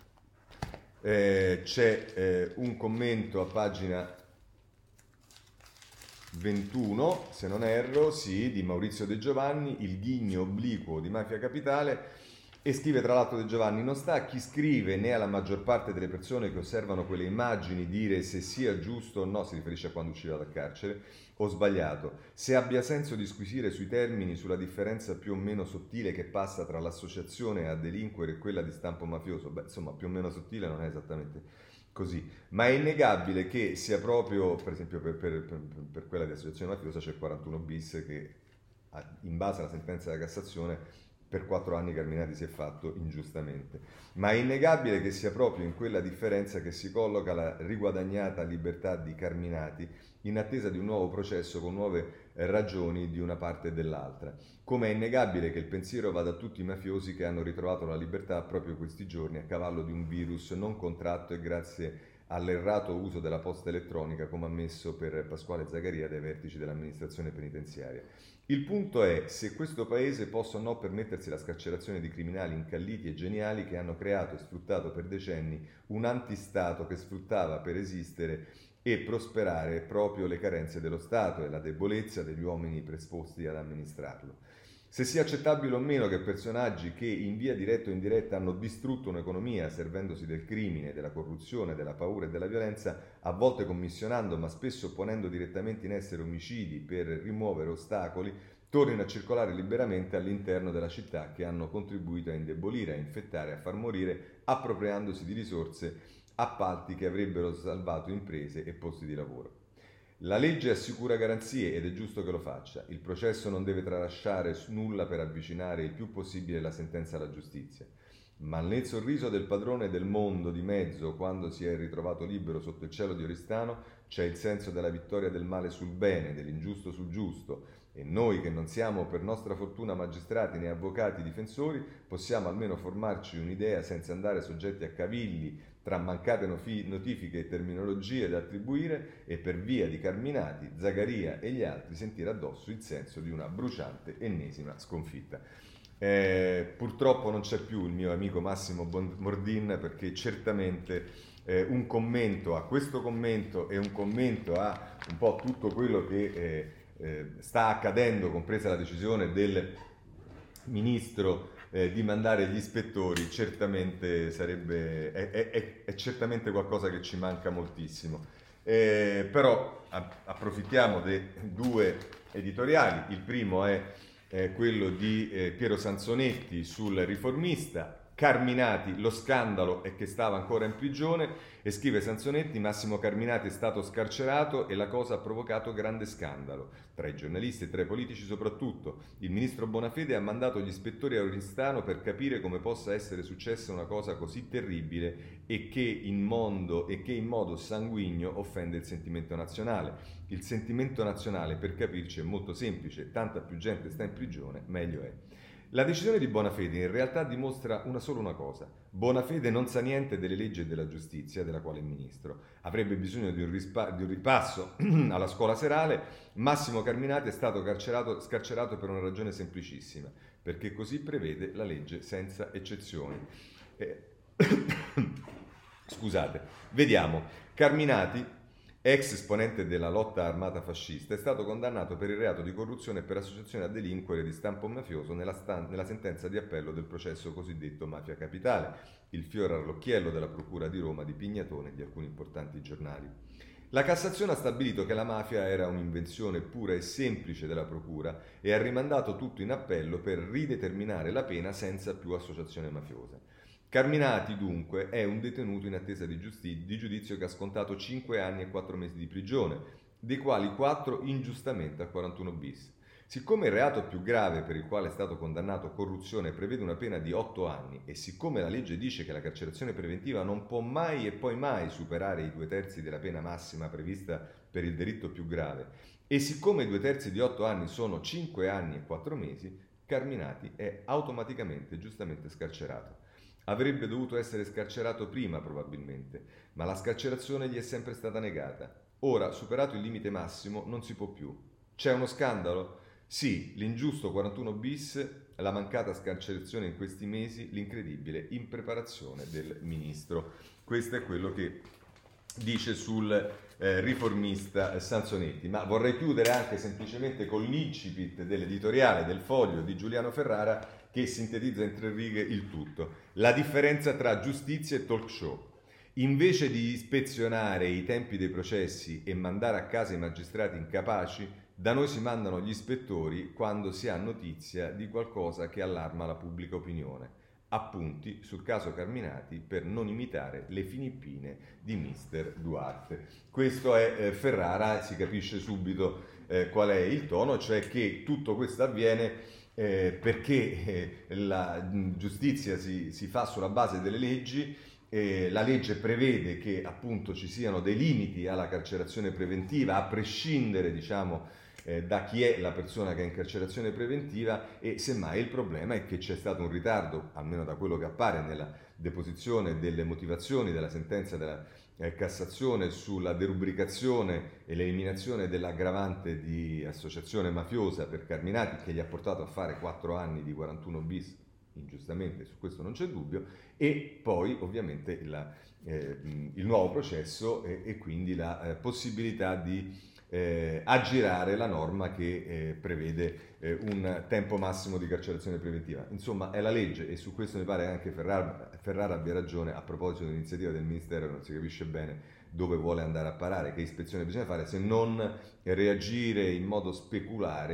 Eh, c'è eh, un commento a pagina ventuno, se non erro, sì, di Maurizio De Giovanni, il ghigno obliquo di Mafia Capitale, e scrive tra l'altro De Giovanni: non sta a chi scrive né alla maggior parte delle persone che osservano quelle immagini dire se sia giusto o no, si riferisce a quando usciva dal carcere, o sbagliato, se abbia senso disquisire sui termini, sulla differenza più o meno sottile che passa tra l'associazione a delinquere e quella di stampo mafioso. Beh, insomma, più o meno sottile non è esattamente così, ma è innegabile che sia proprio, per esempio per, per, per, per quella di associazione mafiosa c'è il quarantuno bis che in base alla sentenza della Cassazione per quattro anni Carminati si è fatto ingiustamente. Ma è innegabile che sia proprio in quella differenza che si colloca la riguadagnata libertà di Carminati in attesa di un nuovo processo con nuove ragioni di una parte e dell'altra. Come è innegabile che il pensiero vada a tutti i mafiosi che hanno ritrovato la libertà proprio questi giorni a cavallo di un virus non contratto e grazie all'errato uso della posta elettronica come ammesso per Pasquale Zagaria dai vertici dell'amministrazione penitenziaria. Il punto è se questo paese possa o no permettersi la scarcerazione di criminali incalliti e geniali che hanno creato e sfruttato per decenni un antistato che sfruttava per esistere e prosperare proprio le carenze dello Stato e la debolezza degli uomini predisposti ad amministrarlo. Se sia accettabile o meno che personaggi che in via diretta o indiretta hanno distrutto un'economia servendosi del crimine, della corruzione, della paura e della violenza, a volte commissionando ma spesso ponendo direttamente in essere omicidi per rimuovere ostacoli, tornino a circolare liberamente all'interno della città, che hanno contribuito a indebolire, a infettare, a far morire, appropriandosi di risorse, appalti che avrebbero salvato imprese e posti di lavoro. La legge assicura garanzie ed è giusto che lo faccia. Il processo non deve tralasciare nulla per avvicinare il più possibile la sentenza alla giustizia. Ma nel sorriso del padrone del mondo di mezzo, quando si è ritrovato libero sotto il cielo di Oristano, c'è il senso della vittoria del male sul bene, dell'ingiusto sul giusto. E noi, che non siamo per nostra fortuna magistrati né avvocati difensori, possiamo almeno formarci un'idea senza andare soggetti a cavilli tra mancate notifiche e terminologie da attribuire, e per via di Carminati, Zagaria e gli altri sentire addosso il senso di una bruciante ennesima sconfitta. Eh, purtroppo non c'è più il mio amico Massimo Mordin, perché certamente eh, un commento a questo commento e un commento a un po' tutto quello che eh, eh, sta accadendo, compresa la decisione del ministro eh, di mandare gli ispettori, certamente sarebbe è, è, è, è certamente qualcosa che ci manca moltissimo. Eh, però a, approfittiamo dei due editoriali. Il primo è eh, quello di eh, Piero Sansonetti sul Riformista. Carminati, lo scandalo è che stava ancora in prigione, e scrive Sansonetti: Massimo Carminati è stato scarcerato e la cosa ha provocato grande scandalo, tra i giornalisti e tra i politici soprattutto. Il ministro Bonafede ha mandato gli ispettori a Oristano per capire come possa essere successa una cosa così terribile e che in modo, e che in modo sanguigno offende il sentimento nazionale. Il sentimento nazionale, per capirci, è molto semplice: tanta più gente sta in prigione, meglio è. La decisione di Bonafede in realtà dimostra una sola una cosa: Bonafede non sa niente delle leggi e della giustizia della quale è ministro. Avrebbe bisogno di un, rispa- di un ripasso alla scuola serale. Massimo Carminati è stato carcerato, scarcerato per una ragione semplicissima: perché così prevede la legge senza eccezioni. Eh, Scusate, vediamo. Carminati, ex esponente della lotta armata fascista, è stato condannato per il reato di corruzione e per associazione a delinquere di stampo mafioso nella, stan- nella sentenza di appello del processo cosiddetto Mafia Capitale, il fiore all'occhiello della Procura di Roma, di Pignatone e di alcuni importanti giornali. La Cassazione ha stabilito che la mafia era un'invenzione pura e semplice della Procura e ha rimandato tutto in appello per rideterminare la pena senza più associazione mafiosa. Carminati, dunque, è un detenuto in attesa di, giusti- di giudizio che ha scontato cinque anni e quattro mesi di prigione, dei quali quattro ingiustamente a quarantuno bis. Siccome il reato più grave per il quale è stato condannato, corruzione, prevede una pena di otto anni, e siccome la legge dice che la carcerazione preventiva non può mai e poi mai superare i due terzi della pena massima prevista per il delitto più grave, e siccome i due terzi di otto anni sono cinque anni e quattro mesi, Carminati è automaticamente e giustamente scarcerato. Avrebbe dovuto essere scarcerato prima, probabilmente, ma la scarcerazione gli è sempre stata negata. Ora, superato il limite massimo, non si può più. C'è uno scandalo? Sì, l'ingiusto quarantuno bis, la mancata scarcerazione in questi mesi, l'incredibile impreparazione del ministro. Questo è quello che dice sul eh, riformista Sansonetti. Ma vorrei chiudere anche semplicemente con l'incipit dell'editoriale del Foglio di Giuliano Ferrara, che sintetizza in tre righe il tutto. La differenza tra giustizia e talk show. Invece di ispezionare i tempi dei processi e mandare a casa i magistrati incapaci, da noi si mandano gli ispettori quando si ha notizia di qualcosa che allarma la pubblica opinione. Appunti sul caso Carminati per non imitare le filippine di mister Duarte. Questo è eh, Ferrara, si capisce subito eh, qual è il tono, cioè che tutto questo avviene Eh, perché eh, la giustizia si, si fa sulla base delle leggi, eh, la legge prevede che appunto ci siano dei limiti alla carcerazione preventiva, a prescindere, diciamo, eh, da chi è la persona che è in carcerazione preventiva, e semmai il problema è che c'è stato un ritardo, almeno da quello che appare nella deposizione delle motivazioni della sentenza della Eh, Cassazione, sulla derubricazione e l'eliminazione dell'aggravante di associazione mafiosa per Carminati, che gli ha portato a fare quattro anni di quarantuno bis, ingiustamente, su questo non c'è dubbio, e poi ovviamente la, eh, il nuovo processo e, e quindi la eh, possibilità di eh, aggirare la norma che eh, prevede eh, un tempo massimo di carcerazione preventiva. Insomma, è la legge, e su questo mi pare anche Ferrara, Ferrara abbia ragione a proposito dell'iniziativa del Ministero. Non si capisce bene dove vuole andare a parare, che ispezione bisogna fare, se non reagire in modo speculare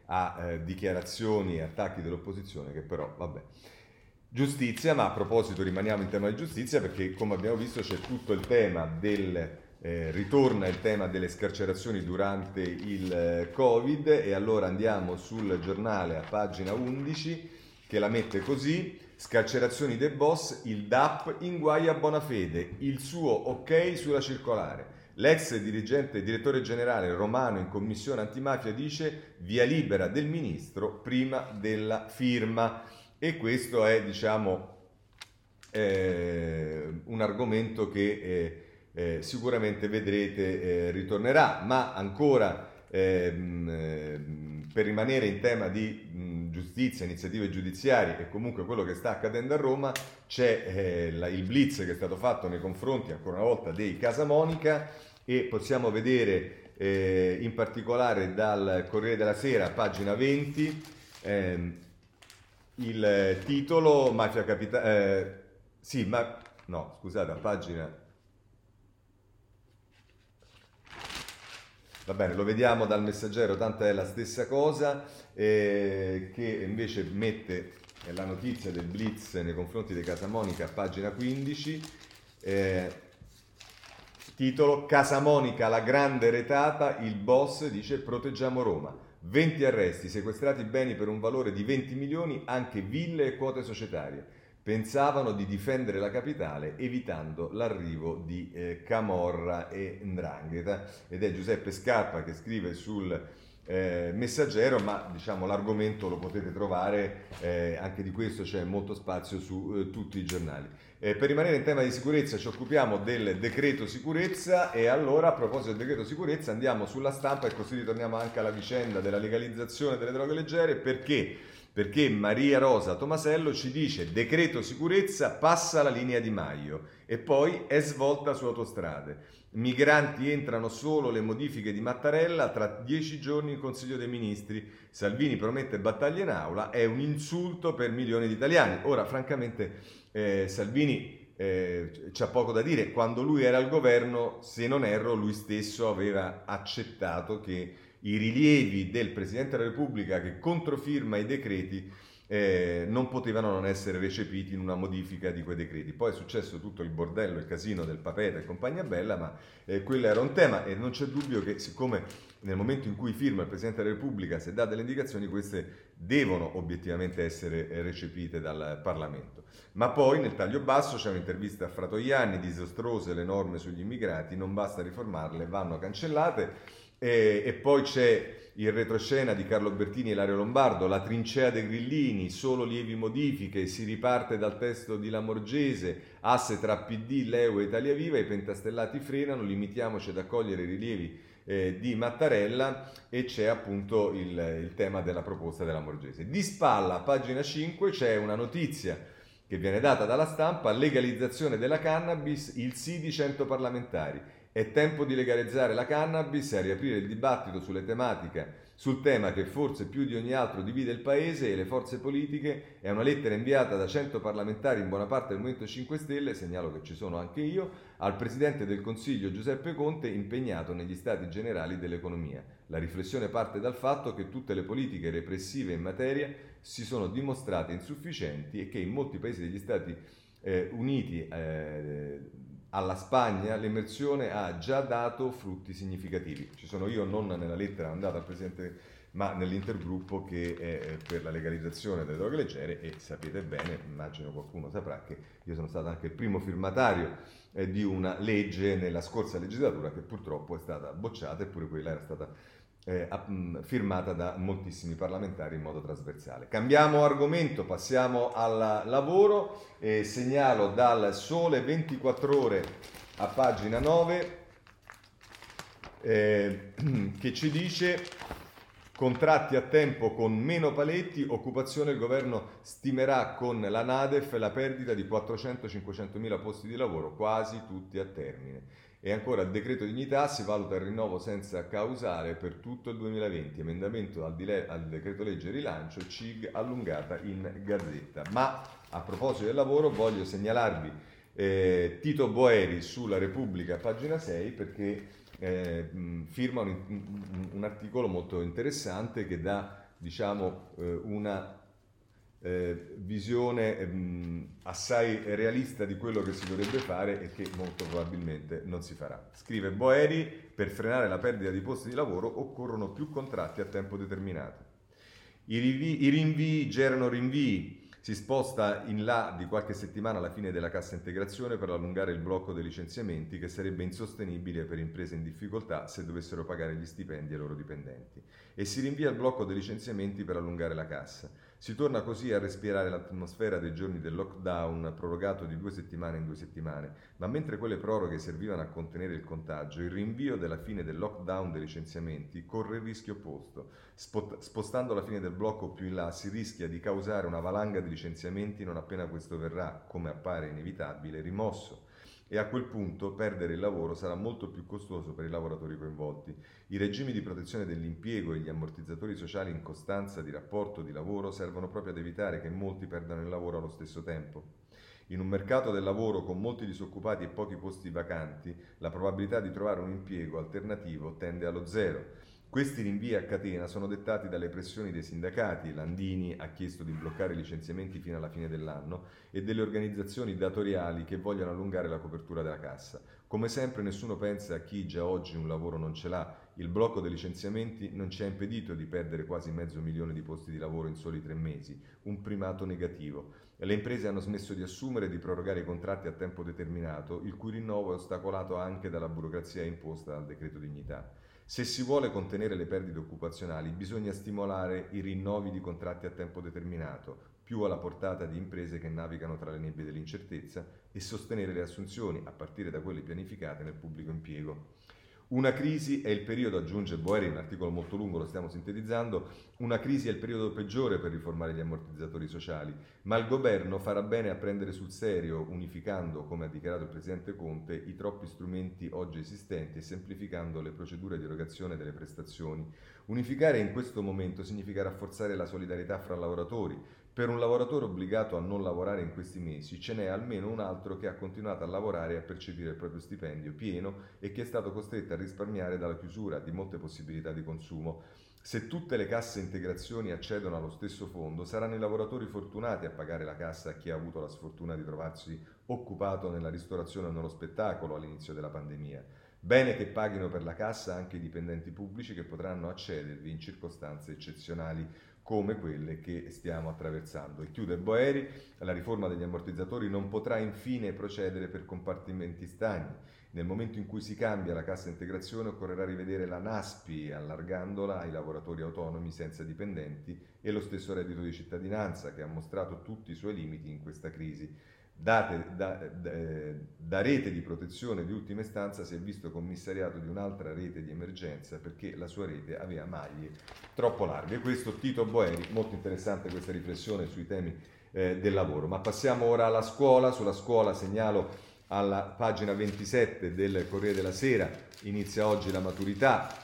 a eh, dichiarazioni e attacchi dell'opposizione che però, vabbè. Giustizia, ma a proposito rimaniamo in tema di giustizia perché come abbiamo visto c'è tutto il tema del... Eh, ritorna il tema delle scarcerazioni durante il eh, Covid e allora andiamo sul giornale a pagina undici che la mette così: scarcerazioni dei boss, il D A P inguaia Bonafede, il suo ok sulla circolare. L'ex dirigente, direttore generale Romano in commissione antimafia dice via libera del ministro prima della firma, e questo è diciamo eh, un argomento che eh, Eh, sicuramente vedrete eh, ritornerà, ma ancora ehm, ehm, per rimanere in tema di mh, giustizia, iniziative giudiziarie e comunque quello che sta accadendo a Roma, c'è eh, la, il blitz che è stato fatto nei confronti ancora una volta dei Casamonica e possiamo vedere eh, in particolare dal Corriere della Sera, pagina venti, ehm, il titolo Mafia Capitale, eh, sì, ma no, scusate, a pagina va bene, lo vediamo dal Messaggero, tanto è la stessa cosa, eh, che invece mette la notizia del blitz nei confronti di Casamonica a pagina quindici, eh, titolo Casamonica la grande retata, il boss dice proteggiamo Roma, venti arresti, sequestrati beni per un valore di venti milioni, anche ville e quote societarie. Pensavano di difendere la capitale evitando l'arrivo di eh, Camorra e 'Ndrangheta, ed è Giuseppe Scarpa che scrive sul eh, Messaggero, ma diciamo l'argomento lo potete trovare, eh, anche di questo c'è molto spazio su eh, tutti i giornali. Eh, per rimanere in tema di sicurezza ci occupiamo del decreto sicurezza e allora a proposito del decreto sicurezza andiamo sulla Stampa e così ritorniamo anche alla vicenda della legalizzazione delle droghe leggere. Perché? Perché Maria Rosa Tomasello ci dice decreto sicurezza passa la linea Di Maio e poi è svolta su autostrade. Migranti entrano solo le modifiche di Mattarella, tra dieci giorni in Consiglio dei Ministri. Salvini promette battaglie in aula, è un insulto per milioni di italiani. Ora, francamente, eh, Salvini eh, c'ha poco da dire. Quando lui era al governo, se non erro, lui stesso aveva accettato che i rilievi del Presidente della Repubblica che controfirma i decreti eh, non potevano non essere recepiti in una modifica di quei decreti. Poi è successo tutto il bordello, il casino del Papeta e compagnia bella, ma eh, quello era un tema e non c'è dubbio che siccome nel momento in cui firma il Presidente della Repubblica si dà delle indicazioni, queste devono obiettivamente essere eh, recepite dal Parlamento. Ma poi nel taglio basso c'è un'intervista a Fratoianni, disastrose le norme sugli immigrati, non basta riformarle, vanno cancellate. E, e poi c'è il retroscena di Carlo Bertini e Ilario Lombardo, la trincea dei grillini, solo lievi modifiche, si riparte dal testo di Lamorgese, asse tra P D, L E U e Italia Viva, i pentastellati frenano, limitiamoci ad accogliere i rilievi eh, di Mattarella, e c'è appunto il, il tema della proposta della Lamorgese. Di spalla, a pagina cinque, c'è una notizia che viene data dalla Stampa, legalizzazione della cannabis, il sì di cento parlamentari. È tempo di legalizzare la cannabis e a riaprire il dibattito sulle tematiche, sul tema che forse più di ogni altro divide il paese e le forze politiche. È una lettera inviata da cento parlamentari, in buona parte del Movimento cinque Stelle, segnalo che ci sono anche io, al Presidente del Consiglio Giuseppe Conte, impegnato negli Stati Generali dell'Economia. La riflessione parte dal fatto che tutte le politiche repressive in materia si sono dimostrate insufficienti e che in molti paesi degli Stati eh, Uniti eh, alla Spagna l'emersione ha già dato frutti significativi. Ci sono io, non nella lettera mandata al Presidente, ma nell'intergruppo che è per la legalizzazione delle droghe leggere, e sapete bene, immagino qualcuno saprà, che io sono stato anche il primo firmatario eh, di una legge nella scorsa legislatura che purtroppo è stata bocciata, eppure quella era stata eh, firmata da moltissimi parlamentari in modo trasversale. Cambiamo argomento, passiamo al lavoro e segnalo dal Sole ventiquattro Ore a pagina nove eh, che ci dice contratti a tempo con meno paletti, occupazione, il governo stimerà con la Nadef la perdita di quattrocento cinquecento mila posti di lavoro, quasi tutti a termine. E ancora il decreto dignità, si valuta il rinnovo senza causale per tutto il duemilaventi, emendamento al, dile- al decreto legge rilancio, C I G allungata in gazzetta. Ma a proposito del lavoro voglio segnalarvi eh, Tito Boeri sulla Repubblica, pagina sei, perché eh, firma un, un, un articolo molto interessante che dà diciamo, eh, una eh, visione ehm, assai realista di quello che si dovrebbe fare e che molto probabilmente non si farà. Scrive Boeri: per frenare la perdita di posti di lavoro occorrono più contratti a tempo determinato. I, rivi- i rinvii generano rinvii. Si sposta in là di qualche settimana la fine della cassa integrazione per allungare il blocco dei licenziamenti, che sarebbe insostenibile per imprese in difficoltà se dovessero pagare gli stipendi ai loro dipendenti. E si rinvia il blocco dei licenziamenti per allungare la cassa. Si torna così a respirare l'atmosfera dei giorni del lockdown prorogato di due settimane in due settimane, ma mentre quelle proroghe servivano a contenere il contagio, il rinvio della fine del lockdown dei licenziamenti corre il rischio opposto. Spostando la fine del blocco più in là si rischia di causare una valanga di licenziamenti non appena questo verrà, come appare inevitabile, rimosso. E a quel punto perdere il lavoro sarà molto più costoso per i lavoratori coinvolti. I regimi di protezione dell'impiego e gli ammortizzatori sociali in costanza di rapporto di lavoro servono proprio ad evitare che molti perdano il lavoro allo stesso tempo. In un mercato del lavoro con molti disoccupati e pochi posti vacanti, la probabilità di trovare un impiego alternativo tende allo zero. Questi rinvii a catena sono dettati dalle pressioni dei sindacati. Landini ha chiesto di bloccare i licenziamenti fino alla fine dell'anno e delle organizzazioni datoriali che vogliono allungare la copertura della cassa. Come sempre nessuno pensa a chi già oggi un lavoro non ce l'ha. Il blocco dei licenziamenti non ci ha impedito di perdere quasi mezzo milione di posti di lavoro in soli tre mesi, un primato negativo. Le imprese hanno smesso di assumere e di prorogare i contratti a tempo determinato, il cui rinnovo è ostacolato anche dalla burocrazia imposta dal decreto dignità. Se si vuole contenere le perdite occupazionali, bisogna stimolare i rinnovi di contratti a tempo determinato, più alla portata di imprese che navigano tra le nebbie dell'incertezza, e sostenere le assunzioni, a partire da quelle pianificate nel pubblico impiego. Una crisi è il periodo, aggiunge Boeri, un articolo molto lungo, lo stiamo sintetizzando, una crisi è il periodo peggiore per riformare gli ammortizzatori sociali, ma il governo farà bene a prendere sul serio, unificando, come ha dichiarato il Presidente Conte, i troppi strumenti oggi esistenti e semplificando le procedure di erogazione delle prestazioni. Unificare in questo momento significa rafforzare la solidarietà fra lavoratori. Per un lavoratore obbligato a non lavorare in questi mesi ce n'è almeno un altro che ha continuato a lavorare e a percepire il proprio stipendio pieno e che è stato costretto a risparmiare dalla chiusura di molte possibilità di consumo. Se tutte le casse integrazioni accedono allo stesso fondo, saranno i lavoratori fortunati a pagare la cassa a chi ha avuto la sfortuna di trovarsi occupato nella ristorazione o nello spettacolo all'inizio della pandemia. Bene che paghino per la cassa anche i dipendenti pubblici che potranno accedervi in circostanze eccezionali come quelle che stiamo attraversando. E chiude Boeri: la riforma degli ammortizzatori non potrà infine procedere per compartimenti stagni. Nel momento in cui si cambia la cassa integrazione occorrerà rivedere la NASPI allargandola ai lavoratori autonomi senza dipendenti e lo stesso reddito di cittadinanza che ha mostrato tutti i suoi limiti in questa crisi. Date, da, da, da rete di protezione di ultima istanza si è visto commissariato di un'altra rete di emergenza perché la sua rete aveva maglie troppo larghe. Questo Tito Boeri, molto interessante questa riflessione sui temi eh, del lavoro. Ma passiamo ora alla scuola. Sulla scuola segnalo alla pagina ventisette del Corriere della Sera, inizia oggi la maturità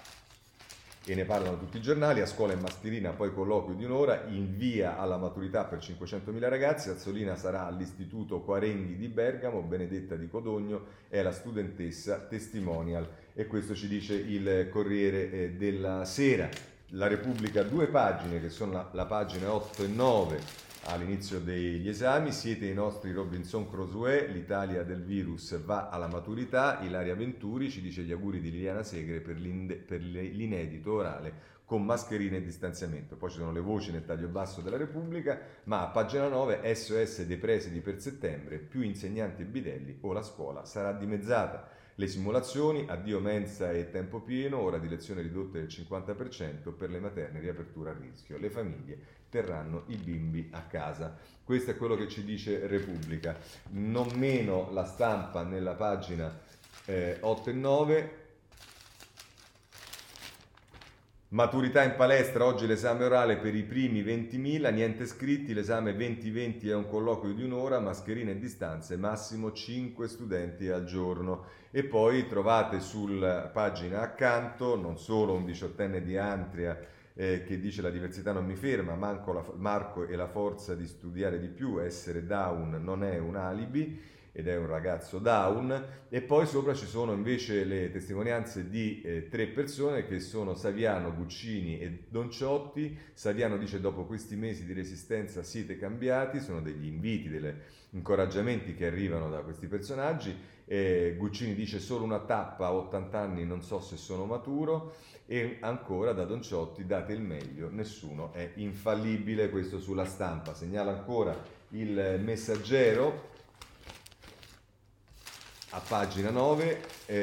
e ne parlano tutti i giornali. A scuola in mascherina, poi colloquio di un'ora, invia alla maturità per cinquecentomila ragazzi. Azzolina sarà all'istituto Quarenghi di Bergamo, Benedetta di Codogno è la studentessa testimonial, e questo ci dice il Corriere della Sera. La Repubblica, due pagine che sono la, la pagina otto e nove all'inizio degli esami. Siete i nostri Robinson Crusoe, l'Italia del virus va alla maturità. Ilaria Venturi ci dice gli auguri di Liliana Segre per, per l'inedito orale con mascherine e distanziamento. Poi ci sono le voci nel taglio basso della Repubblica, ma a pagina nove S O S dei presidi per settembre, più insegnanti e bidelli o la scuola sarà dimezzata. Le simulazioni, addio mensa e tempo pieno, ora di lezione ridotte del cinquanta per cento, per le materne riapertura a rischio. Le famiglie terranno i bimbi a casa. Questo è quello che ci dice Repubblica. Non meno La Stampa nella pagina eh, otto e nove. Maturità in palestra, oggi l'esame orale per i primi ventimila, niente scritti, l'esame venti venti è un colloquio di un'ora, mascherine e distanze, massimo cinque studenti al giorno. E poi trovate sulla pagina accanto non solo un diciottenne di Antria eh, che dice la diversità non mi ferma, manco la, Marco e la forza di studiare di più, essere down non è un alibi. ed è un ragazzo down, e poi sopra ci sono invece le testimonianze di eh, tre persone che sono Saviano, Guccini e Donciotti. Saviano dice: dopo questi mesi di resistenza siete cambiati, sono degli inviti, degli incoraggiamenti che arrivano da questi personaggi. Eh, Guccini dice: solo una tappa a ottanta anni, non so se sono maturo. E ancora da Donciotti: date il meglio, nessuno è infallibile. Questo sulla Stampa. Segnala ancora il Messaggero a pagina nove,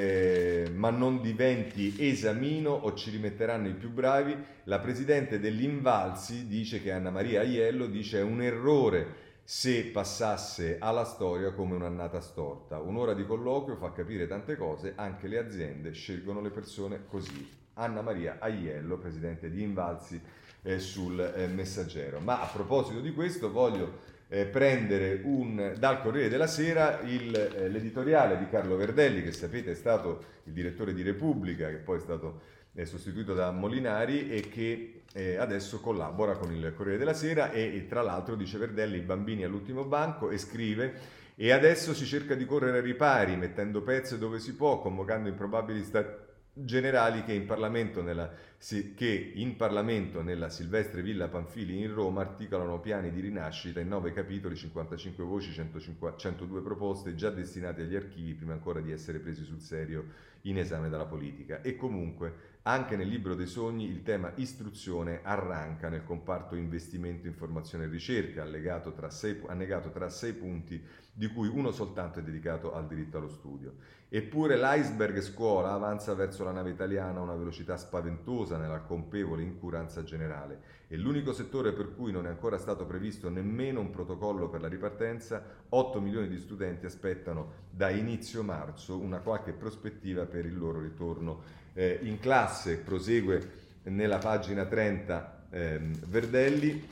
eh, ma non diventi esamino o ci rimetteranno i più bravi. La presidente dell'Invalsi dice che Anna Maria Aiello dice: è un errore se passasse alla storia come un'annata storta. Un'ora di colloquio fa capire tante cose, anche le aziende scelgono le persone così. Anna Maria Aiello, presidente di Invalsi, eh, sul eh, Messaggero. Ma a proposito di questo voglio eh, prendere un, dal Corriere della Sera il, eh, l'editoriale di Carlo Verdelli, che sapete è stato il direttore di Repubblica, che poi è stato eh, sostituito da Molinari e che eh, adesso collabora con il Corriere della Sera e, e tra l'altro, dice Verdelli, i bambini all'ultimo banco, e scrive: e adesso si cerca di correre ai ripari, mettendo pezze dove si può, convocando improbabili stati generali che in Parlamento nella, sì, che in Parlamento nella Silvestre Villa Panfili in Roma articolano piani di rinascita in nove capitoli, cinquantacinque voci, centodue proposte già destinate agli archivi prima ancora di essere presi sul serio in esame dalla politica. E comunque anche nel libro dei sogni il tema istruzione arranca nel comparto investimento, informazione e ricerca, allegato tra sei, annegato tra sei punti, di cui uno soltanto è dedicato al diritto allo studio. Eppure l'iceberg scuola avanza verso la nave italiana a una velocità spaventosa nella compevole incuranza generale, e l'unico settore per cui non è ancora stato previsto nemmeno un protocollo per la ripartenza. otto milioni di studenti aspettano da inizio marzo una qualche prospettiva per il loro ritorno eh, in classe. Prosegue nella pagina trenta ehm, Verdelli,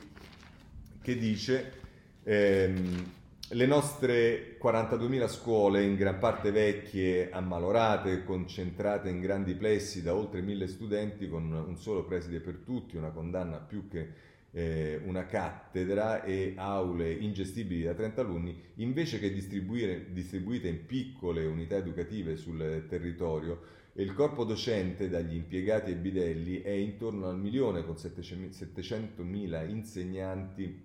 che dice: ehm, le nostre quarantaduemila scuole, in gran parte vecchie, ammalorate, concentrate in grandi plessi da oltre mille studenti, con un solo preside per tutti, una condanna più che eh, una cattedra, e aule ingestibili da trenta alunni, invece che distribuire, distribuite in piccole unità educative sul territorio, il corpo docente, dagli impiegati ai bidelli, è intorno al milione, con settecentomila insegnanti,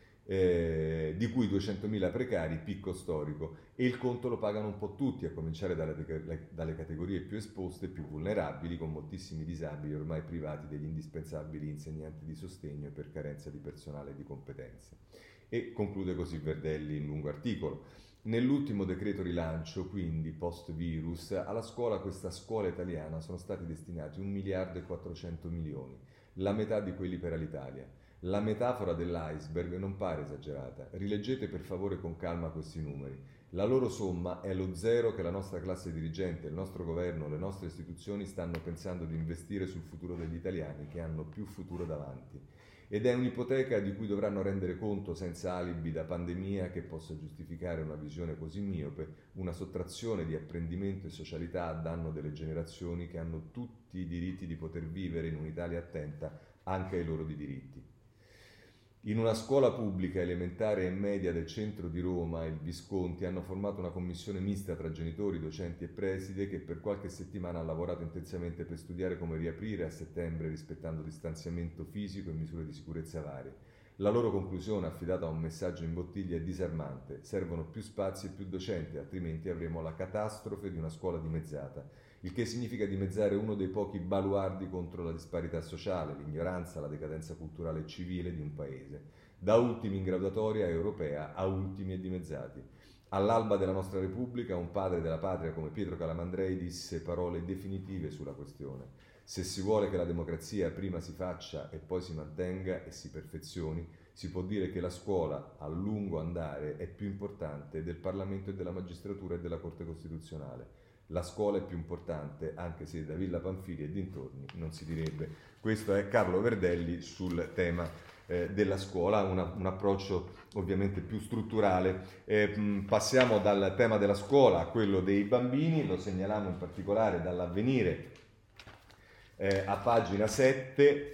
Eh, di cui duecentomila precari, picco storico, e il conto lo pagano un po' tutti, a cominciare dalle, dalle categorie più esposte, più vulnerabili, con moltissimi disabili ormai privati degli indispensabili insegnanti di sostegno per carenza di personale e di competenze. E conclude così Verdelli in lungo articolo: nell'ultimo decreto rilancio, quindi post virus, alla scuola, questa scuola italiana, sono stati destinati un miliardo e quattrocento milioni, la metà di quelli per Alitalia. La metafora dell'iceberg non pare esagerata. Rileggete per favore con calma questi numeri. La loro somma è lo zero che la nostra classe dirigente, il nostro governo, le nostre istituzioni stanno pensando di investire sul futuro degli italiani, che hanno più futuro davanti. Ed è un'ipoteca di cui dovranno rendere conto senza alibi da pandemia che possa giustificare una visione così miope, una sottrazione di apprendimento e socialità a danno delle generazioni che hanno tutti i diritti di poter vivere in un'Italia attenta anche ai loro diritti. In una scuola pubblica elementare e media del centro di Roma, il Visconti, hanno formato una commissione mista tra genitori, docenti e preside, che per qualche settimana ha lavorato intensamente per studiare come riaprire a settembre rispettando distanziamento fisico e misure di sicurezza varie. La loro conclusione, affidata a un messaggio in bottiglia, è disarmante: servono più spazi e più docenti, altrimenti avremo la catastrofe di una scuola dimezzata, il che significa dimezzare uno dei pochi baluardi contro la disparità sociale, l'ignoranza, la decadenza culturale e civile di un paese, da ultimi in graduatoria europea a ultimi e dimezzati. All'alba della nostra Repubblica, un padre della patria come Pietro Calamandrei disse parole definitive sulla questione: se si vuole che la democrazia prima si faccia e poi si mantenga e si perfezioni, si può dire che la scuola a lungo andare è più importante del Parlamento e della magistratura e della Corte Costituzionale. La scuola è più importante, anche se da Villa Panfili e dintorni non si direbbe. Questo è Carlo Verdelli sul tema eh, della scuola, una, un approccio ovviamente più strutturale. Eh, mh, passiamo dal tema della scuola a quello dei bambini, lo segnaliamo in particolare dall'Avvenire eh, a pagina sette.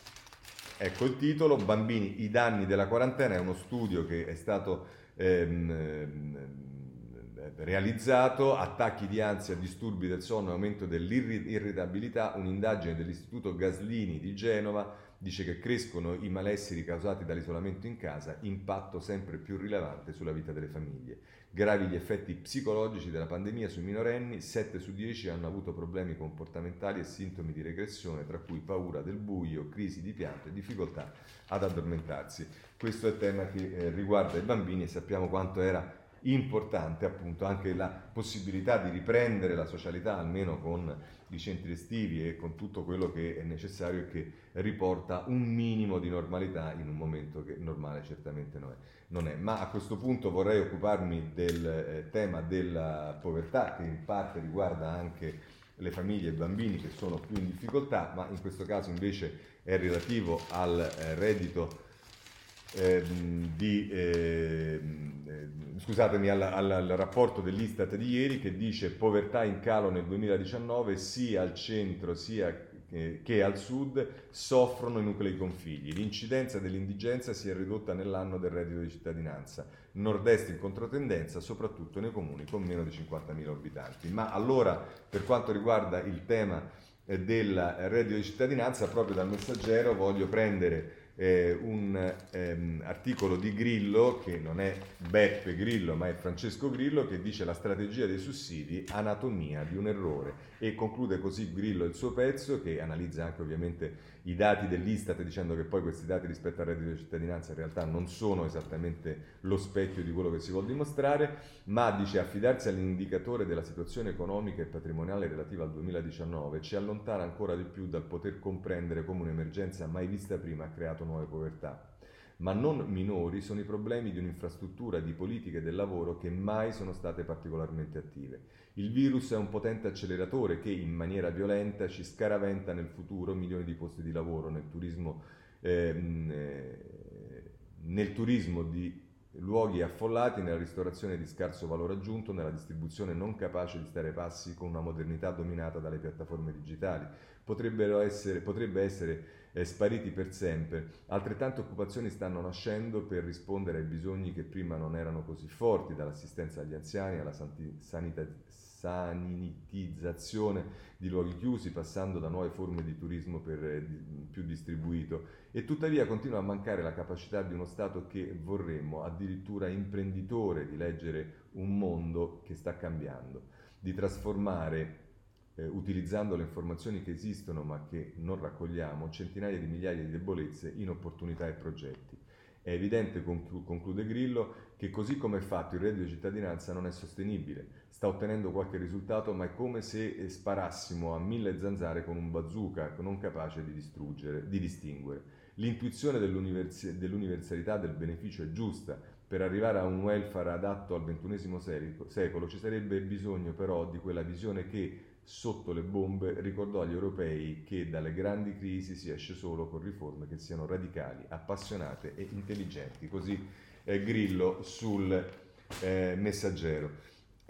Ecco il titolo: Bambini, i danni della quarantena. È uno studio che è stato ehm, realizzato, attacchi di ansia, disturbi del sonno, aumento dell'irritabilità. Un'indagine dell'Istituto Gaslini di Genova dice che crescono i malesseri causati dall'isolamento in casa, impatto sempre più rilevante sulla vita delle famiglie. Gravi gli effetti psicologici della pandemia sui minorenni, sette su dieci hanno avuto problemi comportamentali e sintomi di regressione, tra cui paura del buio, crisi di pianto e difficoltà ad addormentarsi. Questo è il tema che eh, riguarda i bambini, e sappiamo quanto era importante appunto anche la possibilità di riprendere la socialità, almeno con i centri estivi e con tutto quello che è necessario e che riporta un minimo di normalità in un momento che normale certamente non è. Non è. Ma a questo punto vorrei occuparmi del eh, tema della povertà, che in parte riguarda anche le famiglie e i bambini che sono più in difficoltà, ma in questo caso invece è relativo al eh, reddito Eh, di, eh, eh, scusatemi, al, al, al rapporto dell'Istat di ieri, che dice povertà in calo nel duemiladiciannove, sia al centro sia che, che al sud soffrono i nuclei con figli. L'incidenza dell'indigenza si è ridotta nell'anno del reddito di cittadinanza, nord-est in controtendenza, soprattutto nei comuni con meno di cinquantamila abitanti. Ma allora, per quanto riguarda il tema eh, del reddito di cittadinanza, proprio dal Messaggero voglio prendere Eh, un ehm, articolo di Grillo, che non è Beppe Grillo ma è Francesco Grillo, che dice la strategia dei sussidi, anatomia di un errore, e conclude così Grillo il suo pezzo, che analizza anche ovviamente i dati dell'Istat, dicendo che poi questi dati rispetto al reddito di cittadinanza in realtà non sono esattamente lo specchio di quello che si vuol dimostrare, ma dice affidarsi all'indicatore della situazione economica e patrimoniale relativa al duemiladiciannove ci allontana ancora di più dal poter comprendere come un'emergenza mai vista prima ha creato nuove povertà. Ma non minori sono i problemi di un'infrastruttura di politiche del lavoro che mai sono state particolarmente attive. Il virus è un potente acceleratore che in maniera violenta ci scaraventa nel futuro milioni di posti di lavoro nel turismo, ehm, eh, nel turismo di luoghi affollati, nella ristorazione di scarso valore aggiunto, nella distribuzione non capace di stare passi con una modernità dominata dalle piattaforme digitali. Potrebbero essere, potrebbe essere eh, spariti per sempre. Altrettante occupazioni stanno nascendo per rispondere ai bisogni che prima non erano così forti, dall'assistenza agli anziani alla santi, sanita, sanitizzazione di luoghi chiusi, passando da nuove forme di turismo per, eh, di, più distribuito. E tuttavia continua a mancare la capacità di uno Stato che vorremmo, addirittura imprenditore, di leggere un mondo che sta cambiando, di trasformare, eh, utilizzando le informazioni che esistono ma che non raccogliamo, centinaia di migliaia di debolezze in opportunità e progetti. È evidente, conclu- conclude Grillo, che così come è fatto il reddito di cittadinanza non è sostenibile. Sta ottenendo qualche risultato, ma è come se sparassimo a mille zanzare con un bazooka non capace di distruggere, di distinguere. L'intuizione dell'univers- dell'universalità del beneficio è giusta. Per arrivare a un welfare adatto al ventunesimo secolo ci sarebbe bisogno però di quella visione che, sotto le bombe, ricordò agli europei che dalle grandi crisi si esce solo con riforme che siano radicali, appassionate e intelligenti. Così eh, Grillo sul eh, Messaggero.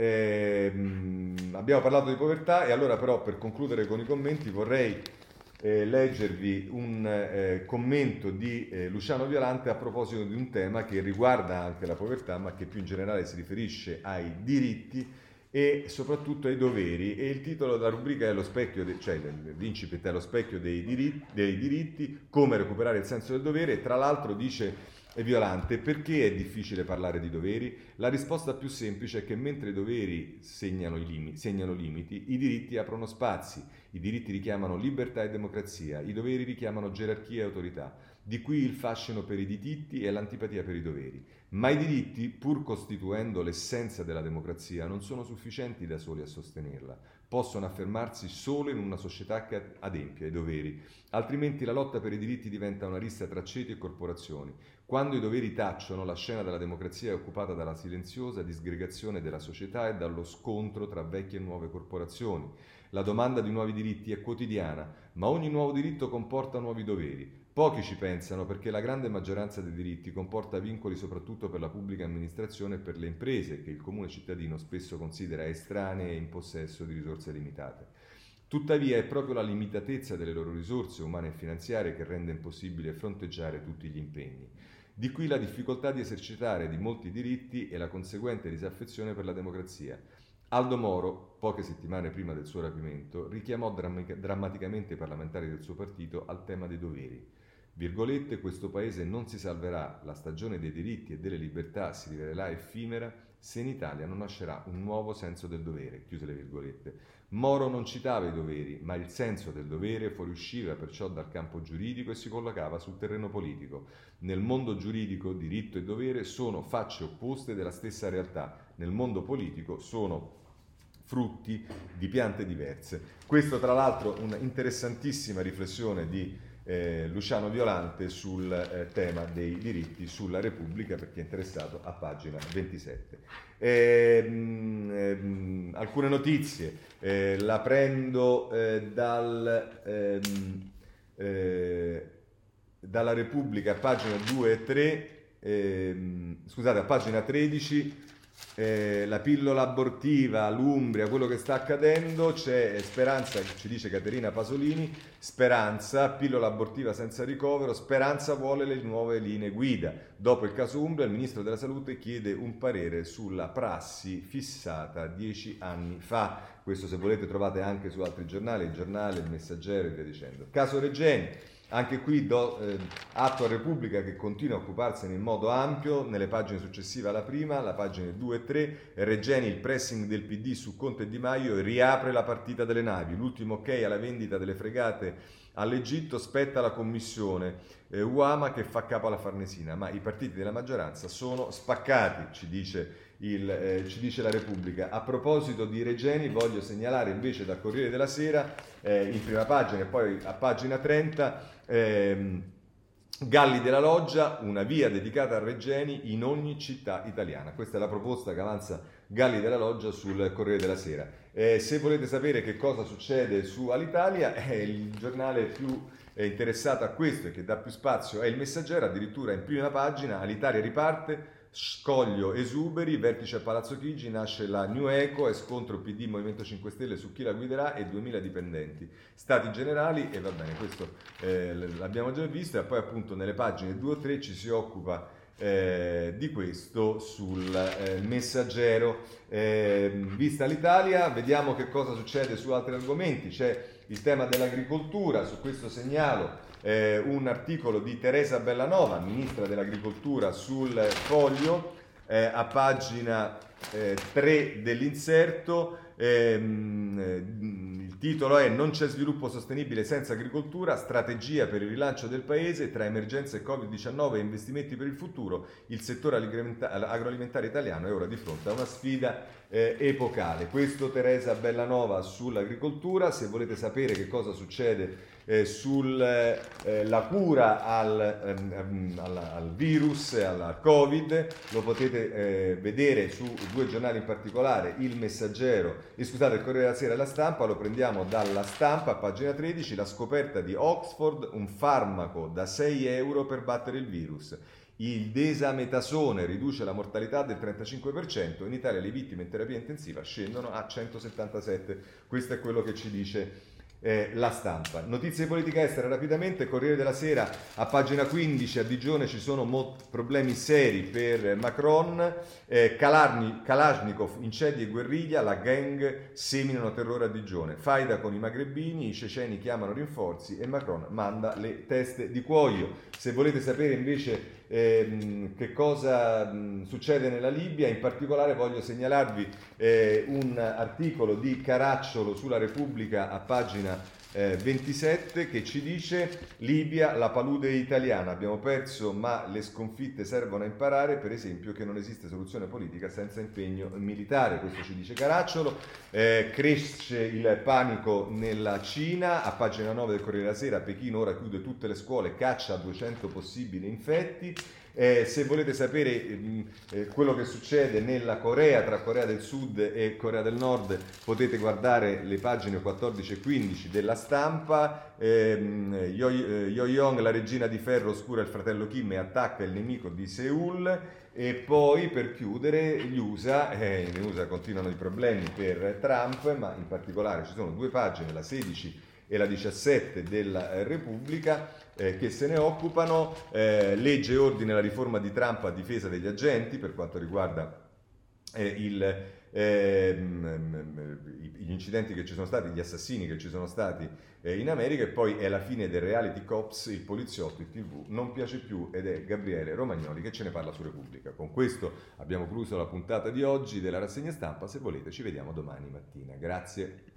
Eh, mh, abbiamo parlato di povertà, e allora però, per concludere con i commenti, vorrei eh, leggervi un eh, commento di eh, Luciano Violante a proposito di un tema che riguarda anche la povertà, ma che più in generale si riferisce ai diritti e soprattutto ai doveri, e il titolo della rubrica è lo specchio, de- cioè l'incipit è lo specchio dei diritti, dei diritti, come recuperare il senso del dovere. E tra l'altro dice è Violante: perché è difficile parlare di doveri? La risposta più semplice è che mentre i doveri segnano, i limiti, segnano limiti, i diritti aprono spazi. I diritti richiamano libertà e democrazia, i doveri richiamano gerarchia e autorità. Di qui il fascino per i diritti e l'antipatia per i doveri. Ma i diritti, pur costituendo l'essenza della democrazia, non sono sufficienti da soli a sostenerla. Possono affermarsi solo in una società che adempia i doveri, altrimenti la lotta per i diritti diventa una rissa tra ceti e corporazioni. Quando i doveri tacciono, la scena della democrazia è occupata dalla silenziosa disgregazione della società e dallo scontro tra vecchie e nuove corporazioni. La domanda di nuovi diritti è quotidiana, ma ogni nuovo diritto comporta nuovi doveri. Pochi ci pensano, perché la grande maggioranza dei diritti comporta vincoli soprattutto per la pubblica amministrazione e per le imprese, che il comune cittadino spesso considera estranee e in possesso di risorse limitate. Tuttavia è proprio la limitatezza delle loro risorse umane e finanziarie che rende impossibile fronteggiare tutti gli impegni. Di qui la difficoltà di esercitare di molti diritti e la conseguente disaffezione per la democrazia. Aldo Moro, poche settimane prima del suo rapimento, richiamò drammica- drammaticamente i parlamentari del suo partito al tema dei doveri. Virgolette, questo paese non si salverà, la stagione dei diritti e delle libertà si rivelerà effimera se in Italia non nascerà un nuovo senso del dovere, chiuse le virgolette. Moro non citava i doveri, ma il senso del dovere fuoriusciva perciò dal campo giuridico e si collocava sul terreno politico. Nel mondo giuridico diritto e dovere sono facce opposte della stessa realtà, nel mondo politico sono frutti di piante diverse. Questo tra l'altro una interessantissima riflessione di eh, Luciano Violante sul eh, tema dei diritti sulla Repubblica, per chi è interessato, a pagina ventisette. Eh, mh, eh, alcune notizie, eh, la prendo eh, dal, ehm, eh, dalla Repubblica a pagina due e tre, ehm, scusate, a pagina tredici. Eh, la pillola abortiva, l'Umbria, quello che sta accadendo, c'è Speranza, ci dice Caterina Pasolini, Speranza, pillola abortiva senza ricovero, Speranza vuole le nuove linee guida. Dopo il caso Umbria, il Ministro della Salute chiede un parere sulla prassi fissata dieci anni fa. Questo, se volete, trovate anche su altri giornali, il Giornale, il Messaggero e via dicendo. Caso Regeni. Anche qui do eh, atto a Repubblica che continua a occuparsene in modo ampio, nelle pagine successive alla prima, la pagina due e tre, Regeni, il pressing del P D su Conte e Di Maio e riapre la partita delle navi, l'ultimo ok alla vendita delle fregate all'Egitto, spetta la commissione eh, U A M A che fa capo alla Farnesina, ma i partiti della maggioranza sono spaccati, ci dice, il, eh, ci dice la Repubblica. A proposito di Regeni voglio segnalare invece dal Corriere della Sera, eh, in prima pagina e poi a pagina trenta, ehm, Galli della Loggia, una via dedicata a Regeni in ogni città italiana. Questa è la proposta che avanza Galli della Loggia sul Corriere della Sera. Eh, se volete sapere che cosa succede su Alitalia, è il giornale più eh, interessato a questo e che dà più spazio è il Messaggero, addirittura in prima pagina, Alitalia riparte, scoglio esuberi, vertice a Palazzo Chigi, nasce la New Eco e scontro P D Movimento cinque Stelle su chi la guiderà e duemila dipendenti. Stati generali, e va bene, questo eh, l'abbiamo già visto, e poi appunto nelle pagine due o tre ci si occupa eh, di questo sul eh, Messaggero. Eh, vista l'Italia, vediamo che cosa succede su altri argomenti. C'è il tema dell'agricoltura, su questo segnalo Eh, un articolo di Teresa Bellanova, ministra dell'Agricoltura, sul Foglio, eh, a pagina eh, tre dell'inserto. Ehm, il titolo è "Non c'è sviluppo sostenibile senza agricoltura, strategia per il rilancio del paese, tra emergenza e covid diciannove e investimenti per il futuro, il settore agroalimentare italiano è ora di fronte a una sfida eh, epocale". Questo Teresa Bellanova sull'agricoltura. Se volete sapere che cosa succede Eh, sulla eh, cura al, ehm, al, al virus, al Covid, lo potete eh, vedere su due giornali in particolare, il Messaggero, eh, scusate, il Corriere della Sera e la Stampa. Lo prendiamo dalla Stampa, pagina tredici, la scoperta di Oxford, un farmaco da sei euro per battere il virus. Il desametasone riduce la mortalità del trentacinque per cento, in Italia le vittime in terapia intensiva scendono a centosettantasette. Questo è quello che ci dice Eh, la Stampa. Notizie di politica estera rapidamente. Corriere della Sera a pagina quindici, a Digione ci sono mo- problemi seri per Macron, eh, Kalarni, Kalashnikov, incedi e guerriglia, la gang seminano terrore a Digione, faida con i magrebini, i ceceni chiamano rinforzi e Macron manda le teste di cuoio. Se volete sapere invece Eh, che cosa mh, succede nella Libia, in particolare voglio segnalarvi eh, un articolo di Caracciolo sulla Repubblica a pagina eh, ventisette che ci dice: Libia, la palude italiana, abbiamo perso ma le sconfitte servono a imparare, per esempio che non esiste soluzione politica senza impegno militare. Questo ci dice Caracciolo. Eh, cresce il panico nella Cina, a pagina nove del Corriere della Sera, Pechino ora chiude tutte le scuole, caccia a duecento possibili infetti. Eh, se volete sapere eh, quello che succede nella Corea, tra Corea del Sud e Corea del Nord, potete guardare le pagine quattordici e quindici della Stampa. eh, Yo-Yong, la regina di ferro, oscura il fratello Kim e attacca il nemico di Seul. E poi, per chiudere, gli U S A, eh, gli U S A continuano i problemi per Trump, ma in particolare ci sono due pagine, la sedici e la diciassette della eh, Repubblica, eh, che se ne occupano. Eh, legge e ordine la riforma di Trump a difesa degli agenti per quanto riguarda eh, il, eh, gli incidenti che ci sono stati, gli assassini che ci sono stati eh, in America, e poi è la fine del reality cops, il poliziotto in tv non piace più, ed è Gabriele Romagnoli che ce ne parla su Repubblica. Con questo abbiamo concluso la puntata di oggi della rassegna stampa. Se volete ci vediamo domani mattina. Grazie.